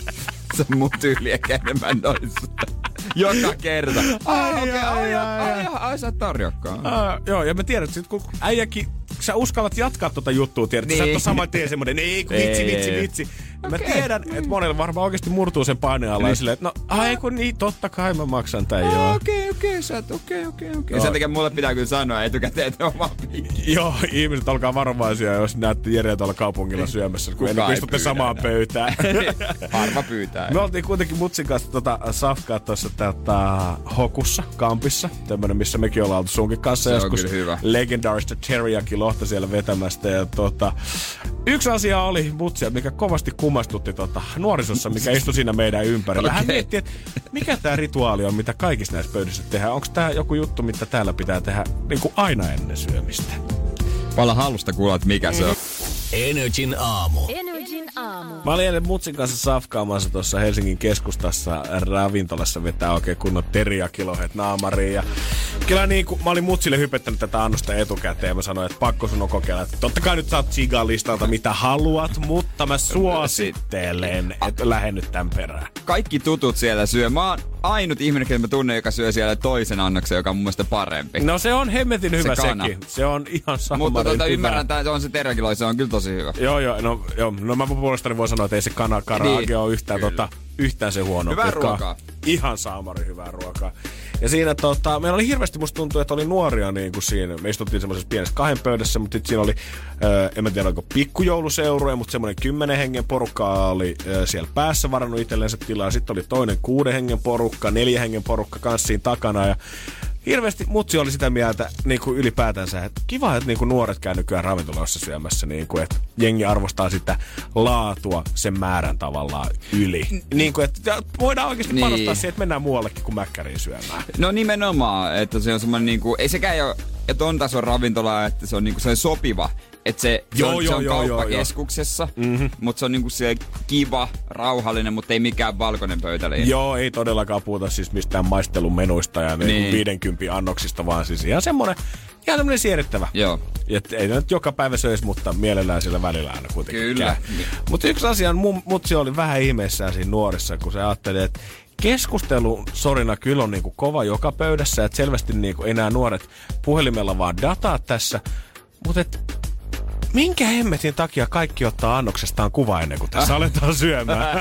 Se on mun tyyli ehkä enemmän noissa. Joka kerta. Ai, okei, okay, ai, ai, ai, ai, sä et tarjoakaan. Uh, joo, ja mä tiedän, että sit kun äijäkin, sä uskallat jatkaa tota juttua, tiedät, niin. Sä et ole saman tien semmonen, ei kun vitsi, vitsi, vitsi. Okay. Mä tiedän, että monelle varmaan oikeesti murtuu sen paineen alla niin. Ja silleen, että no ai kun niin, totta kai mä maksan tän oh, joo. Okei, okay, okei, okay, sä et, okei, okay, okei, okay, okei. Okay. Sen takia mulle pitää kyllä sanoa etukäteen, että on vaan piikki. Joo, ihmiset olkaa varovaisia, jos näette Jereä tuolla kaupungilla syömässä, kun ennen kuin istutte samaan pöytään. Harva pyytää. Me oltiin kuitenkin Mutsin kanssa tota safkaa tuossa täältä Hokussa, Kampissa. Tämmönen, missä mekin ollaan oltu sunkin kanssa. Se joskus on kyllä hyvä. Legendaarista teriyaki-lohta siellä vetämästä. Ja tota, yksi asia oli Mutsia, mikä kovasti kumastutti tota, nuorisossa, mikä istui siinä meidän ympärillä. Okay. Hän mietti, että mikä tää rituaali on, mitä kaikissa näissä pöydissä tehdään. Onko tää joku juttu, mitä täällä pitää tehdä niin kuin aina ennen syömistä? Pala halusta kuulla, että mikä se on. Energin aamu. Energin aamu. Mä olin eilen Mutsin kanssa safkaamassa tuossa Helsingin keskustassa ravintolassa vetää oikein kunnon teriyakilohet naamariin. Ja kyllä niin kuin mä olin Mutsille hypettänyt tätä annosta etukäteen ja mä sanoin, että pakko sun on kokeilla. Että totta kai nyt saat Chigan listalta mitä haluat, mutta mä suosittelen, että lähde nyt tän perään. Kaikki tutut siellä syö. Mä oon ainut ihminen, että mä tunnen, joka syö siellä toisen annoksen, joka on mun mielestä parempi. No se on hemmetin hyvä se sekin. Se on ihan sama. Mutta tuota, ymmärrän, että on se teriyakilo, se on kyllä tosi hyvä. Joo, joo. No, joo, no mä puolestani voin sanoa, että ei se kana karaage niin, ole yhtään, tota, yhtään se huono. Hyvää ruokaa. Ihan saamari hyvää ruokaa. Ja siinä tota, meillä oli hirveästi, musta tuntuu, että oli nuoria niin kuin siinä. Me istuttiin semmoisessa pienessä kahden pöydässä, mutta siinä oli, äh, en mä tiedä, oliko pikkujouluseuroja, mutta semmoinen kymmenen hengen porukka oli äh, siellä päässä varannut itsellensä tilaa. Sitten oli toinen kuuden hengen porukka, neljä hengen porukka kanssa siinä takana. Ja hirveästi Mutsi oli sitä mieltä niin kuin ylipäätänsä, että kiva, että niin kuin nuoret käy nykyään ravintoloissa syömässä, niin kuin, että jengi arvostaa sitä laatua sen määrän tavallaan yli. Niin kuin, että voidaan oikeasti niin panostaa siihen, että mennään muuallekin kuin mäkkäriin syömään. No nimenomaan, että se on semmoinen, niin kuin, ei sekään ole, että on tason ravintola, että se on niin kuin se sopiva. Että se, se joo, on, joo, se on joo, kauppakeskuksessa, mm-hmm. mutta se on niinku se kiva, rauhallinen, mutta ei mikään valkoinen pöytäliin. Joo, ei todellakaan puhuta siis mistään maistelumenuista ja niin. viidenkympin annoksista, vaan siis ihan semmonen, ihan semmonen siedettävä. Joo. Et ei nyt joka päivä söisi, mutta mielellään sillä välillä aina kuitenkin. Kyllä. Mutta yksi asia, mun Mutsi oli vähän ihmeessään siinä nuorissa, kun se ajatteli, että keskustelu sorina kyllä on niinku kova joka pöydässä, että selvästi niinku enää nuoret puhelimella vaan dataa tässä, mutta et minkä hemmetin takia kaikki ottaa annoksestaan kuva ennen kuin tässä aletaan syömään?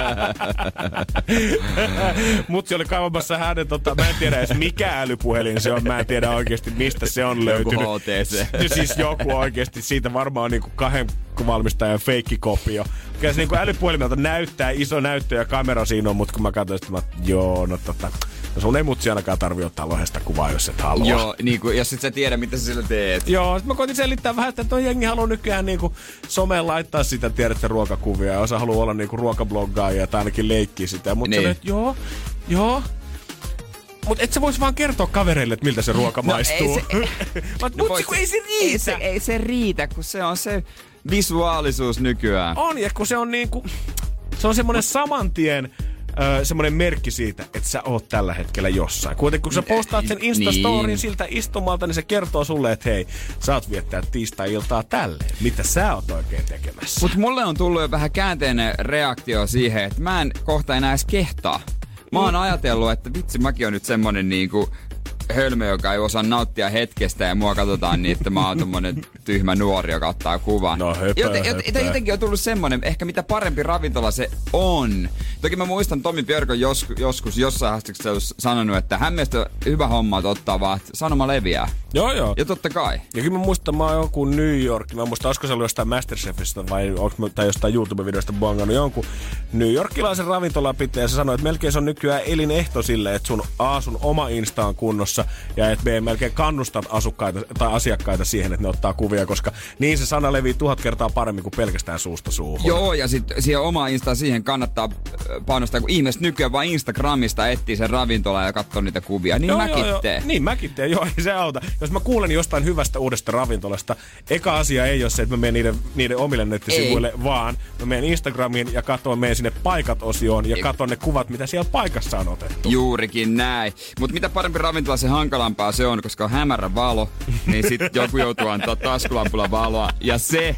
Mutsi oli kaivamassa hänen, tota, mä en tiedä edes mikä älypuhelin se on, mä en tiedä oikeasti mistä se on löytynyt. Joku H T C. Siis joku oikeasti, siitä varmaan niinku kahden valmistajan feikkikopio. Kyllä se niinku älypuhelimelta näyttää, iso näyttö ja kamera siinä on, mutta kun mä katsoin, että mä, joo, no tota, no sun ei Mutsi ainakaan tarvii ottaa lohesta kuvaa, jos et halua. Joo, niinku, jos et sä tiedä, mitä sä sillä teet. Joo, sit mä koitin selittää vähän, että toi jengi haluaa nykyään niinku someen laittaa sitä, tiedätte, ruokakuvia. Ja osa haluaa olla niinku ruokabloggaajia tai ainakin leikkiä sitä. Mutta niin. Että joo, joo. Mut et sä vois vaan kertoa kavereille, että miltä se ruoka no, maistuu. Ei se, Mut no, kun ei se riitä. Ei se, ei se riitä, kun se on se visuaalisuus nykyään. On, ja kun se on niinku, se on semmonen samantien Öö, semmoinen merkki siitä, että sä oot tällä hetkellä jossain. Kuitenkin kun sä postaat sen Instastorin niin siltä istumalta, niin se kertoo sulle, että hei, sä oot viettää tiistai-iltaa tälleen. Mitä sä oot oikein tekemässä? Mut mulle on tullut jo vähän käänteinen reaktio siihen, että mä en kohta enää edes kehtaa. Mä oon mm. ajatellut, että vitsi, mäkin on nyt semmonen niinku hölmö, joka ei osaa nauttia hetkestä ja mua katsotaan niin, että mä oon tommonen tyhmä nuori, joka ottaa kuvan. No höpö, Joten, höpö. Jotenkin on tullut semmonen, ehkä mitä parempi ravintola se on. Toki mä muistan Tomi Björkön jos, joskus jossain haastattelussa sanonut, että hän mielestä hyvä homma, että ottaa vaan, että sanoma leviää. Joo, joo. Ja totta kai. Ja kyllä mä muistan, mä oon joku New York, mä muistan, olisiko se ollut jostain Masterchefistä vai onko tai jostain YouTube-videosta bongannut jonkun New Yorkilaisen ravintolapiteen ja se sanoi, että melkein se on nykyään elinehto sille, että sun A, sun oma Insta on kunnossa ja että B, melkein kannustat asukkaita tai asiakkaita siihen, että ne ottaa kuvia, koska niin se sana levii tuhat kertaa paremmin kuin pelkästään suusta suuhun. Joo, ja sitten siihen oma Insta siihen kannattaa painostaa, kun ihmiset nykyään vaan Instagramista etsii sen ravintola ja katsoo niitä kuvia. Niin joo, mäkin joo, joo. teen. Niin mäkin teen, joo, ei se auta. Jos mä kuulen jostain hyvästä uudesta ravintolasta, eka asia ei ole se, että mä menen niiden, niiden omille nettisivuille, ei. vaan mä menen Instagramiin ja katson, menen sinne paikat-osioon ja katson ne kuvat, mitä siellä paikassa on otettu. Juurikin näin. Mutta mitä parempi ravintola, se hankalampaa se on, koska on hämärä valo, niin sit joku joutuu antaa taskulampulla valoa ja se...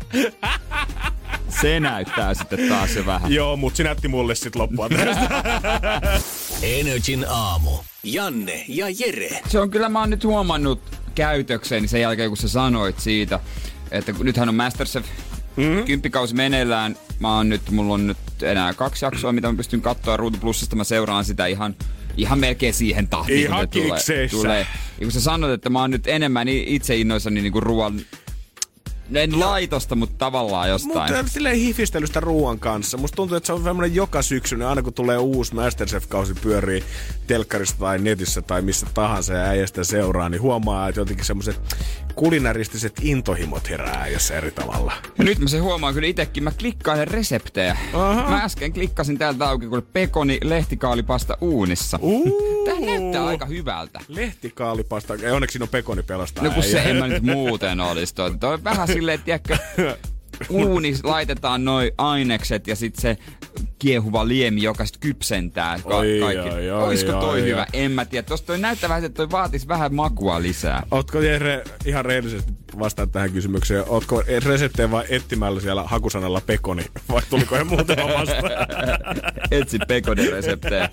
Se näyttää sitten taas se vähän. Joo, mut se näytti mulle sit loppua tästä. Energin aamu. Janne ja Jere. Se on kyllä, mä oon nyt huomannut käytökseni sen jälkeen, kun sä sanoit siitä, että nythän on Masterchef mm-hmm. kymppikausi meneillään. Mä oon nyt, mulla on nyt enää kaksi jaksoa, mitä mä pystyn katsoa Ruutu Plusasta. Mä seuraan sitä ihan, ihan melkein siihen tahtiin, ihan kun tulee, tulee. Ja kun sä sanot, että mä oon nyt enemmän itse innoissani niin kuin ruoan... En laitosta, mutta tavallaan jostain. Mutta silleen hifistelystä ruoan kanssa. Musta tuntuu, että se on semmoinen joka syksy, niin aina kun tulee uusi Masterchef-kausi pyörii telkkarista tai netissä tai missä tahansa ja äijästä seuraa, niin huomaa, että jotenkin semmoiset kulinaristiset intohimot herää äijässä eri tavalla. Ja nyt mä se huomaan kyllä itekin. Mä klikkailen reseptejä. Aha. Mä äsken klikkasin täältä auki, kun pekoni lehtikaalipasta uunissa. Uh. Tää näyttää aika hyvältä. Lehtikaalipasta. Ei, onneksi siinä on pekoni pelastaa. No kun se en mä nyt muuten olisi. Toi on vähän silleen, tiedätkö, uunis laitetaan noi ainekset ja sit se kiehuva liemi, joka sit kypsentää ka- oi, kaikki. Oi, oi, Olisiko toi oi, hyvä? oi. En mä tiedä. Tosta toi näyttää vähän, että toi vaatis vähän makua lisää. Ootko Jere ihan rehellisesti vastaan tähän kysymykseen? Ootko reseptejä vai etsimällä siellä hakusanalla pekoni? Vai tuliko ihan muutama vastaan? Etsi pekonin reseptejä.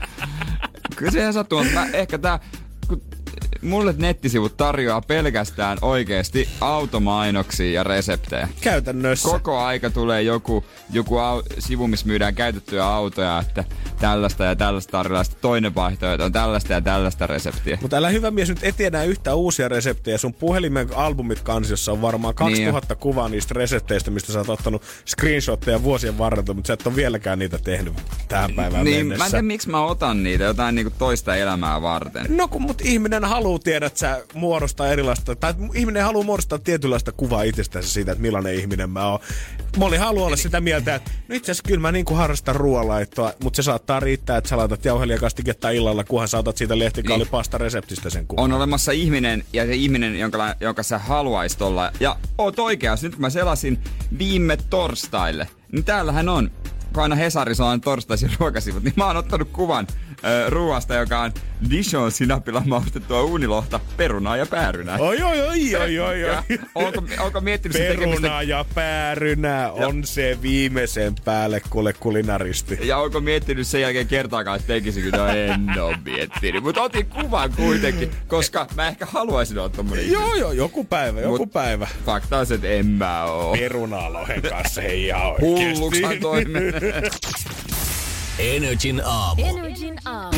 Kyllä se ihan sattuu, mutta ehkä tää... Kun mulle nettisivut tarjoaa pelkästään oikeesti automainoksia ja reseptejä. Käytännössä. Koko aika tulee joku, joku au, sivu, missä myydään käytettyjä autoja, että tällaista ja tällaista tarjolla. Toinen vaihtoehto on tällaista ja tällaista reseptiä. Mutta älä hyvä mies nyt eti enää yhtään uusia reseptejä. Sun puhelimen albumit kansiossa on varmaan kaksituhatta niin kuvaa niistä resepteistä, mistä sä oot ottanut screenshotteja vuosien varrelta, mutta sä et ole vieläkään niitä tehnyt tähän päivään niin, mennessä. Mä en tiedä, miksi mä otan niitä jotain niinku toista elämää varten. No kun mut ihminen haluaa tiedä, että sä muodostaa erilaista, tai ihminen haluaa muodostaa tietynlaista kuvaa itsestänsä siitä, että millainen ihminen mä oon. Moni haluaa olla sitä mieltä, että no itse asiassa kyllä mä niin kuin harrastan ruoanlaittoa, mutta se saattaa riittää, että sä laitat jauhelijakastiketta illalla, kunhan sä otat siitä lehtikaalipasta reseptistä sen kuvan. On olemassa ihminen ja se ihminen, jonka, jonka sä haluaisit olla. Ja oot oikeas, nyt kun mä selasin viime torstaille, niin täällähän on, kun aina Hesarissa on torstaisin ruokasivut, niin mä oon ottanut kuvan ö, ruoasta, joka on Dijon sinapilla maustettua uunilohta, perunaa ja päärynää. Oi, oi, oi, oi, oi, oi. Onko, onko miettinyt Peruna sen tekemistä? Peruna ja päärynää on ja se viimeisen päälle kuule kulinaristi. Ja onko miettinyt sen jälkeen kertaakaan, että tekisikö? No en oo miettinyt. Mutta otin kuvan kuitenkin, koska mä ehkä haluaisin olla tommonen. Joo, joo, joku päivä, joku Mut päivä. Fakta on se, että en mä oo. Perunalohen kanssa ei ihan oikeesti. Hullukshan toi menee. Energin aamu. Energin aamu.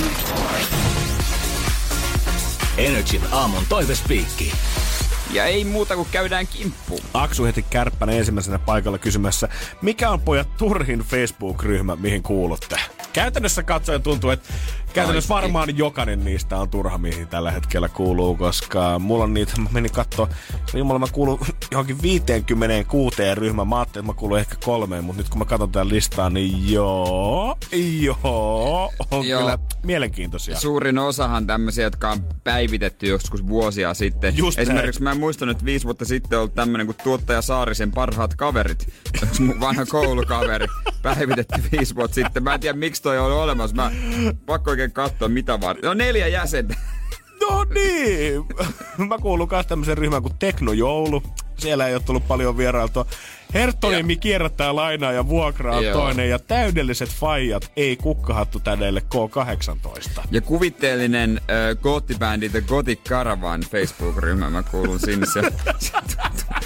Energin aamun toivespiikki. Ja ei muuta kuin käydään kimppuun. Aksu heti Kärppänen ensimmäisenä paikalla kysymässä, mikä on pojat turhin Facebook-ryhmä, mihin kuulutte? Käytännössä katsoen tuntuu, että käytännössä varmaan jokainen niistä on turha, mihin tällä hetkellä kuuluu, koska mulla on niitä, mä menin kattoo, jumala mä kuulun johonkin viisikymmentäkuusi ryhmään, mä ajattelin, että mä kuulun ehkä kolmeen, mutta nyt kun mä katson tämän listaa, niin joo, joo, on joo. Kyllä mielenkiintoisia. Suurin osahan tämmöisiä, jotka on päivitetty joskus vuosia sitten. Just esimerkiksi näin. Mä en muistanut, että viisi vuotta sitten on ollut tämmönen kuin tuottaja Saarisen parhaat kaverit. Yksi mun vanha koulukaveri päivitetty viisi vuotta sitten. Mä en tiedä, miksi toi on olemassa. Mä pakko oikein katsoa, mitä varten. No neljä jäsentä. No niin. Mä kuulun kanssa tämmöisen ryhmään kuin Teknojoulu. Siellä ei ole tullut paljon vierailtua. Herttoniemi kierrättää lainaa ja vuokraa on toinen. Ja täydelliset faijat ei kukkahattu tänneille K kahdeksantoista. Ja kuvitteellinen äh, goottibändi The Gothic Caravan Facebook-ryhmä. Mä kuulun sinne. Se, se,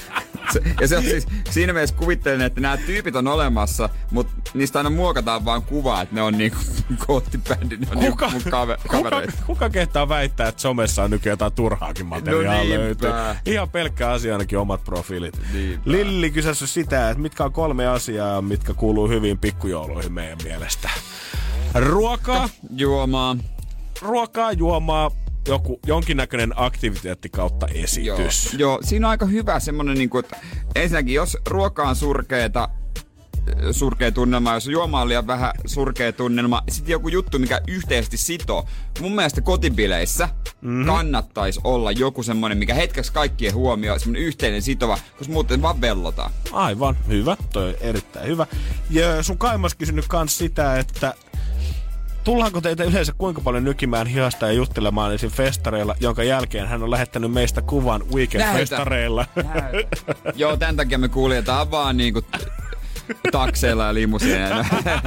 Se, ja se on siis, siinä mielessä kuvittelen, että nämä tyypit on olemassa, mutta niistä aina muokataan vaan kuvaa, että ne on niinku koottibändi, ne on kuka, niinku mun kave, kavereita. Kuka, kuka kehtaa väittää, että somessa on nykyään jotain turhaakin materiaalia no löytyy? Ihan pelkkä asia ainakin omat profiilit. Niinpä. Lilli kysässä sitä, että mitkä on kolme asiaa, mitkä kuuluu hyvin pikkujouluihin meidän mielestä. Ruokaa. Juomaa. Ruokaa, juomaa. Joku, jonkinnäköinen aktiviteetti kautta esitys. Joo, joo, siinä on aika hyvä semmonen, niin kuin, että ensinnäkin jos ruoka on surkeeta, surkea tunnelma, jos juoma on liian vähän surkea tunnelma, sitten joku juttu, mikä yhteisesti sitoo. Mun mielestä kotibileissä mm-hmm. kannattaisi olla joku semmonen, mikä hetkeksi kaikkien huomioon, semmonen yhteinen sitova, koska muuten vaan vellotaan. Aivan, hyvä. Toi on erittäin hyvä. Ja sun Kaimas kysynyt kans sitä, että tullaanko teitä yleensä kuinka paljon nykimään hihasta ja juttelemaan esim. Festareilla, jonka jälkeen hän on lähettänyt meistä kuvan weekend-festareilla. Joo, tämän takia me kuljetaan vaan niinku takseilla ja limusiineilla.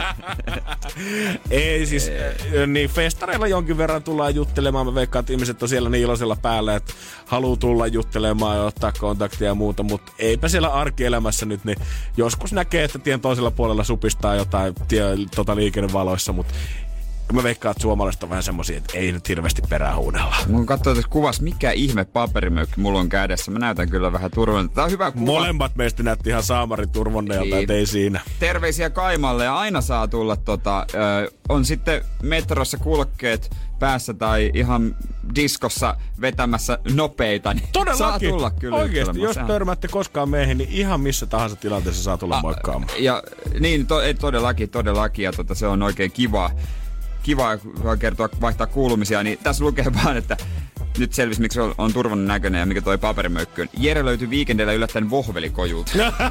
Ei siis, Ei. niin festareilla jonkin verran tullaan juttelemaan. Mä veikkaan, että ihmiset on siellä niin iloisella päällä, että haluaa tulla juttelemaan ja ottaa kontaktia ja muuta, mutta eipä siellä arkielämässä nyt, niin joskus näkee, että tien toisella puolella supistaa jotain tie, tota liikennevaloissa, mutta mä veikkaan, että suomalaiset on vähän semmosia, että ei nyt hirveästi perää huudella. Mun katsoo tässä kuvassa, mikä ihme paperimöykki mulla on kädessä. Mä näytän kyllä vähän turvonnelta. Tää on hyvä kuva. Molemmat meistä näytti ihan saamarin turvonnelta, et ei siinä. Terveisiä Kaimalle ja aina saa tulla tota, ö, on sitten metrossa kulkeet päässä tai ihan diskossa vetämässä nopeita, niin todellakin. Saa tulla kyllä. Oikeesti, jos törmäätte koskaan meihin, niin ihan missä tahansa tilanteessa saa tulla A, moikkaamaan. Ja niin, to, todellakin, todellakin. Ja tota, se on oikein kiva. Kiva kertoa, vaihtaa kuulumisia, niin tässä lukee vaan, että nyt selvisi, miksi on, on turvallinen näköinen ja mikä toi paperimöykky on. Jere löytyi viikendellä yllättäen vohvelikojulta.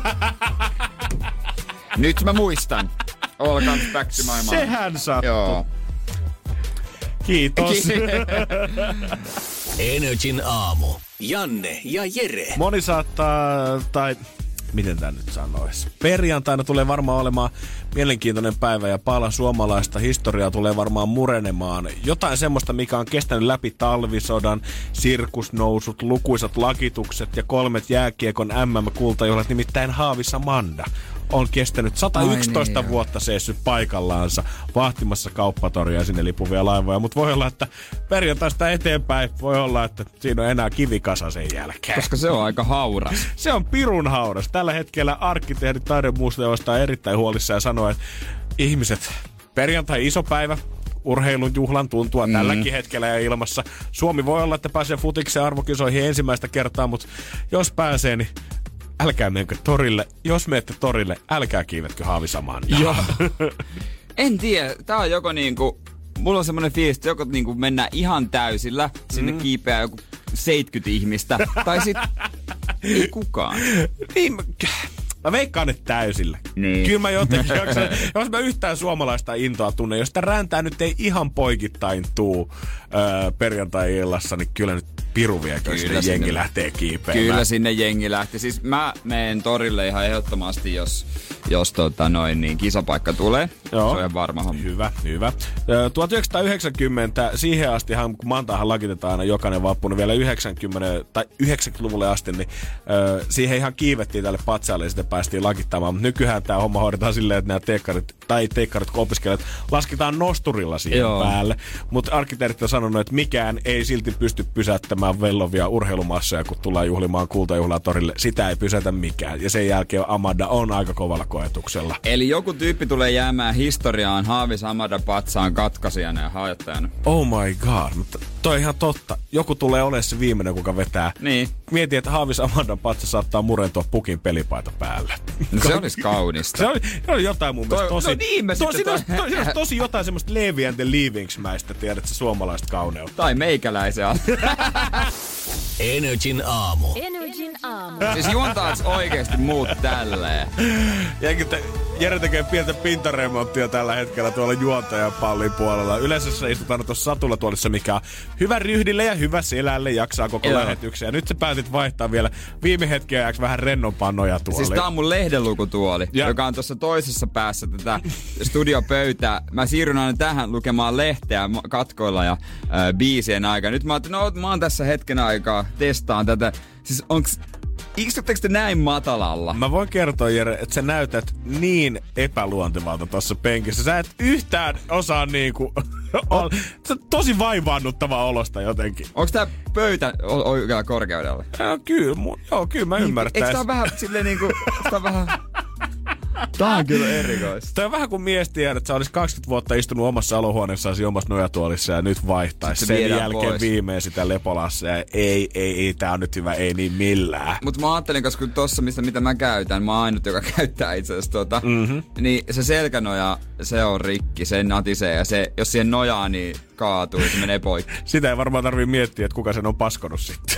Nyt mä muistan. All comes back to my mind. Sehän sattuu. Joo. Kiitos. Energin aamu. Janne ja Jere. Moni saattaa, tai miten tää nyt sanois? Perjantaina tulee varmaan olemaan mielenkiintoinen päivä ja pala suomalaista historiaa tulee varmaan murenemaan. Jotain semmoista, mikä on kestänyt läpi talvisodan, sirkusnousut, lukuisat lakitukset ja kolmet jääkiekon M M-kultajuhlat, nimittäin Haavis Amanda on kestänyt sata yksitoista Ai niin, vuotta seissyt paikallaansa vahtimassa kauppatoria sinne lipuvia laivoja, mutta voi olla, että perjantaista eteenpäin voi olla, että siinä on enää kivikasa sen jälkeen. Koska se on aika hauras. Se on pirun hauras. Tällä hetkellä arkkitehdit taidemuseosta on erittäin huolissaan ja sanoo, että ihmiset, perjantai iso päivä, urheilun juhlan tuntua mm. tälläkin hetkellä ja ilmassa. Suomi voi olla, että pääsee futiksen arvokisoihin ensimmäistä kertaa, mutta jos pääsee, niin älkää menkö torille. Jos menette torille, älkää kiivetkö Haavis Amandaa. Joo. En tiedä. Tää on joko niinku, mulla on semmonen fiilis, että joko niinku mennään ihan täysillä, sinne mm. kiipeää joku seitsemänkymmentä ihmistä, tai sit ei kukaan. Niin, mä veikkaan nyt täysillä. Niin. Kyllä mä jotenkin, jos mä yhtään suomalaista intoa tunne, jos tää räntää nyt ei ihan poikittain tuu öö, perjantai-illassa, niin kyllä nyt piru viekö sinne jengi sinne lähtee kiipeämään. Kyllä sinne jengi lähti. Siis mä menen torille ihan ehdottomasti, jos, jos tota noin, niin kisapaikka tulee. Joo. Se on ihan varma homma. Hyvä, hyvä. tuhatyhdeksänsataayhdeksänkymmentä, siihen astihan, kun Mantaahan lakitetaan aina jokainen vappuna vielä yhdeksänkymmentä tai yhdeksänkymmentäluvulle asti, niin ö, siihen ihan kiivettiin tälle patsaalle ja sitten päästiin lakittamaan. Mutta nykyään tämä homma hoidetaan silleen, että nämä teekkarit, tai teekkarit kun opiskelijat, lasketaan nosturilla siihen Joo. päälle. Mutta arkkitehdit on sanonut, että mikään ei silti pysty pysäyttämään vellovia urheilumassoja, kun tullaan juhlimaan kultajuhlaa torille. Sitä ei pysäytä mikään. Ja sen jälkeen Amanda on aika kovalla koetuksella. Eli joku tyyppi tulee jäämään historiaan Haavis Amanda patsaan katkaisijana ja hajottajana. Oh my god. Mutta toi on ihan totta. Joku tulee olemaan se viimeinen, kuka vetää. Niin. Mietin, että Haavis Amandan patsa saattaa murentua pukin pelipaita päälle. No se olisi kaunista. Se oli, se oli jotain mun mielestä tosi... No niin, me to, sitten... Siinä olisi to, tosi jotain semmoista Levi and the Leavings-mäistä, tiedät sä, suomalaista kauneutta. Tai meikäläisen. Energin aamu. Energin aamu. Siis juontaaks oikeesti muut tälleen? Jere tekee pientä pintaremonttia tällä hetkellä tuolla juontajan pallin puolella. Yleensä se istutaan tuossa satulatuolissa, mikä on hyvä ryhdille ja hyvä selälle, jaksaa koko Joo. lähetyksen. Ja nyt sä päätit vaihtaa vielä viime hetken ajaksi vähän rennompaa nojatuoliin. Siis tää on mun lehdenlukutuoli, ja. joka on tuossa toisessa päässä tätä studiopöytää. Mä siirryn aina tähän lukemaan lehteä katkoilla ja äh, biisien aikaa. Nyt mä ajattelin, no mä oon tässä hetken aikaa, testaan tätä. Siis onks Istutteko te näin matalalla? Mä voin kertoa, Jere, että sä näytät niin epäluontevalta tuossa penkissä. Sä et yhtään osaa niinku... Se on tosi vaivaannuttava olosta jotenkin. Onks tää pöytä oikealla korkeudella? Ja, kyllä, mu- joo, kyllä mä niin, ymmärtäisin. Eikö tää on vähän silleen niinku... Tää on vähän... Tää on kyllä erikoista. Tää on vähän kuin mies tiedät, että sä olis kaksikymmentä vuotta istunut omassa olohuoneessasi omassa nojatuolissa ja nyt vaihtaisi sen jälkeen pois. Viimein sitä Lepolassa ja ei, ei, ei, tää on nyt hyvä, ei niin millään. Mut mä ajattelin, koska tossa, mistä, mitä mä käytän, mä oon ainut, joka käyttää itse asiassa tota, mm-hmm. niin se selkänoja, se on rikki, se natisee ja se, jos siihen nojaa, niin kaatuu ja se menee poikki. Sitä ei varmaan tarvii miettiä, että kuka sen on paskonut sitten.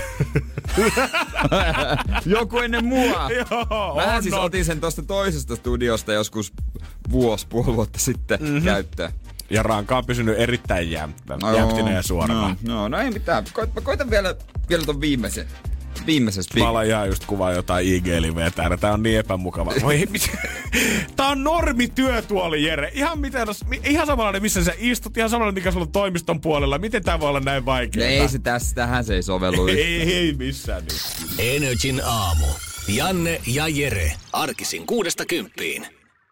Joku ennen mua. Joo, Mähän on, siis on. otin sen tosta toisesta studiosta joskus vuosi, puoli vuotta sitten mm-hmm. käyttöön. Ja ranka on pysynyt erittäin jämptinä no, ja suorana. No, no, no ei mitään. Koit, mä koitan vielä, vielä ton viimeisen. Viimeisessä Mä alan ihan just kuvaa jotain I G-liveä täällä. Tää on niin epämukava. Tää on normityötuoli, Jere. Ihan, miten, ihan samanlainen, missä sä istut. Ihan samanlainen, mikä sulla on toimiston puolella. Miten tää voi olla näin vaikeaa? Ei se tässä, tähän se ei sovellu. ei, ei missään nyt. Energin aamu. Janne ja Jere. Arkisin kuudesta kymppiin.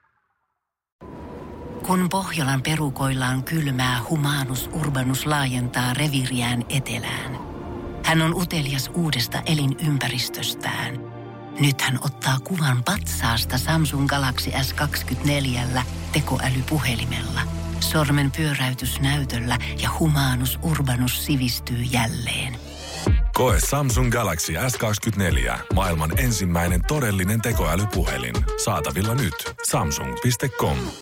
Kun Pohjolan perukoillaan kylmää, Humanus Urbanus laajentaa reviiriään etelään. Hän on utelias uudesta elinympäristöstään. Nyt hän ottaa kuvan patsaasta Samsung Galaxy S kaksikymmentäneljä tekoälypuhelimella. Sormen pyöräytys näytöllä ja Humanus Urbanus sivistyy jälleen. Koe Samsung Galaxy S kaksikymmentäneljä. Maailman ensimmäinen todellinen tekoälypuhelin. Saatavilla nyt. Samsung piste com.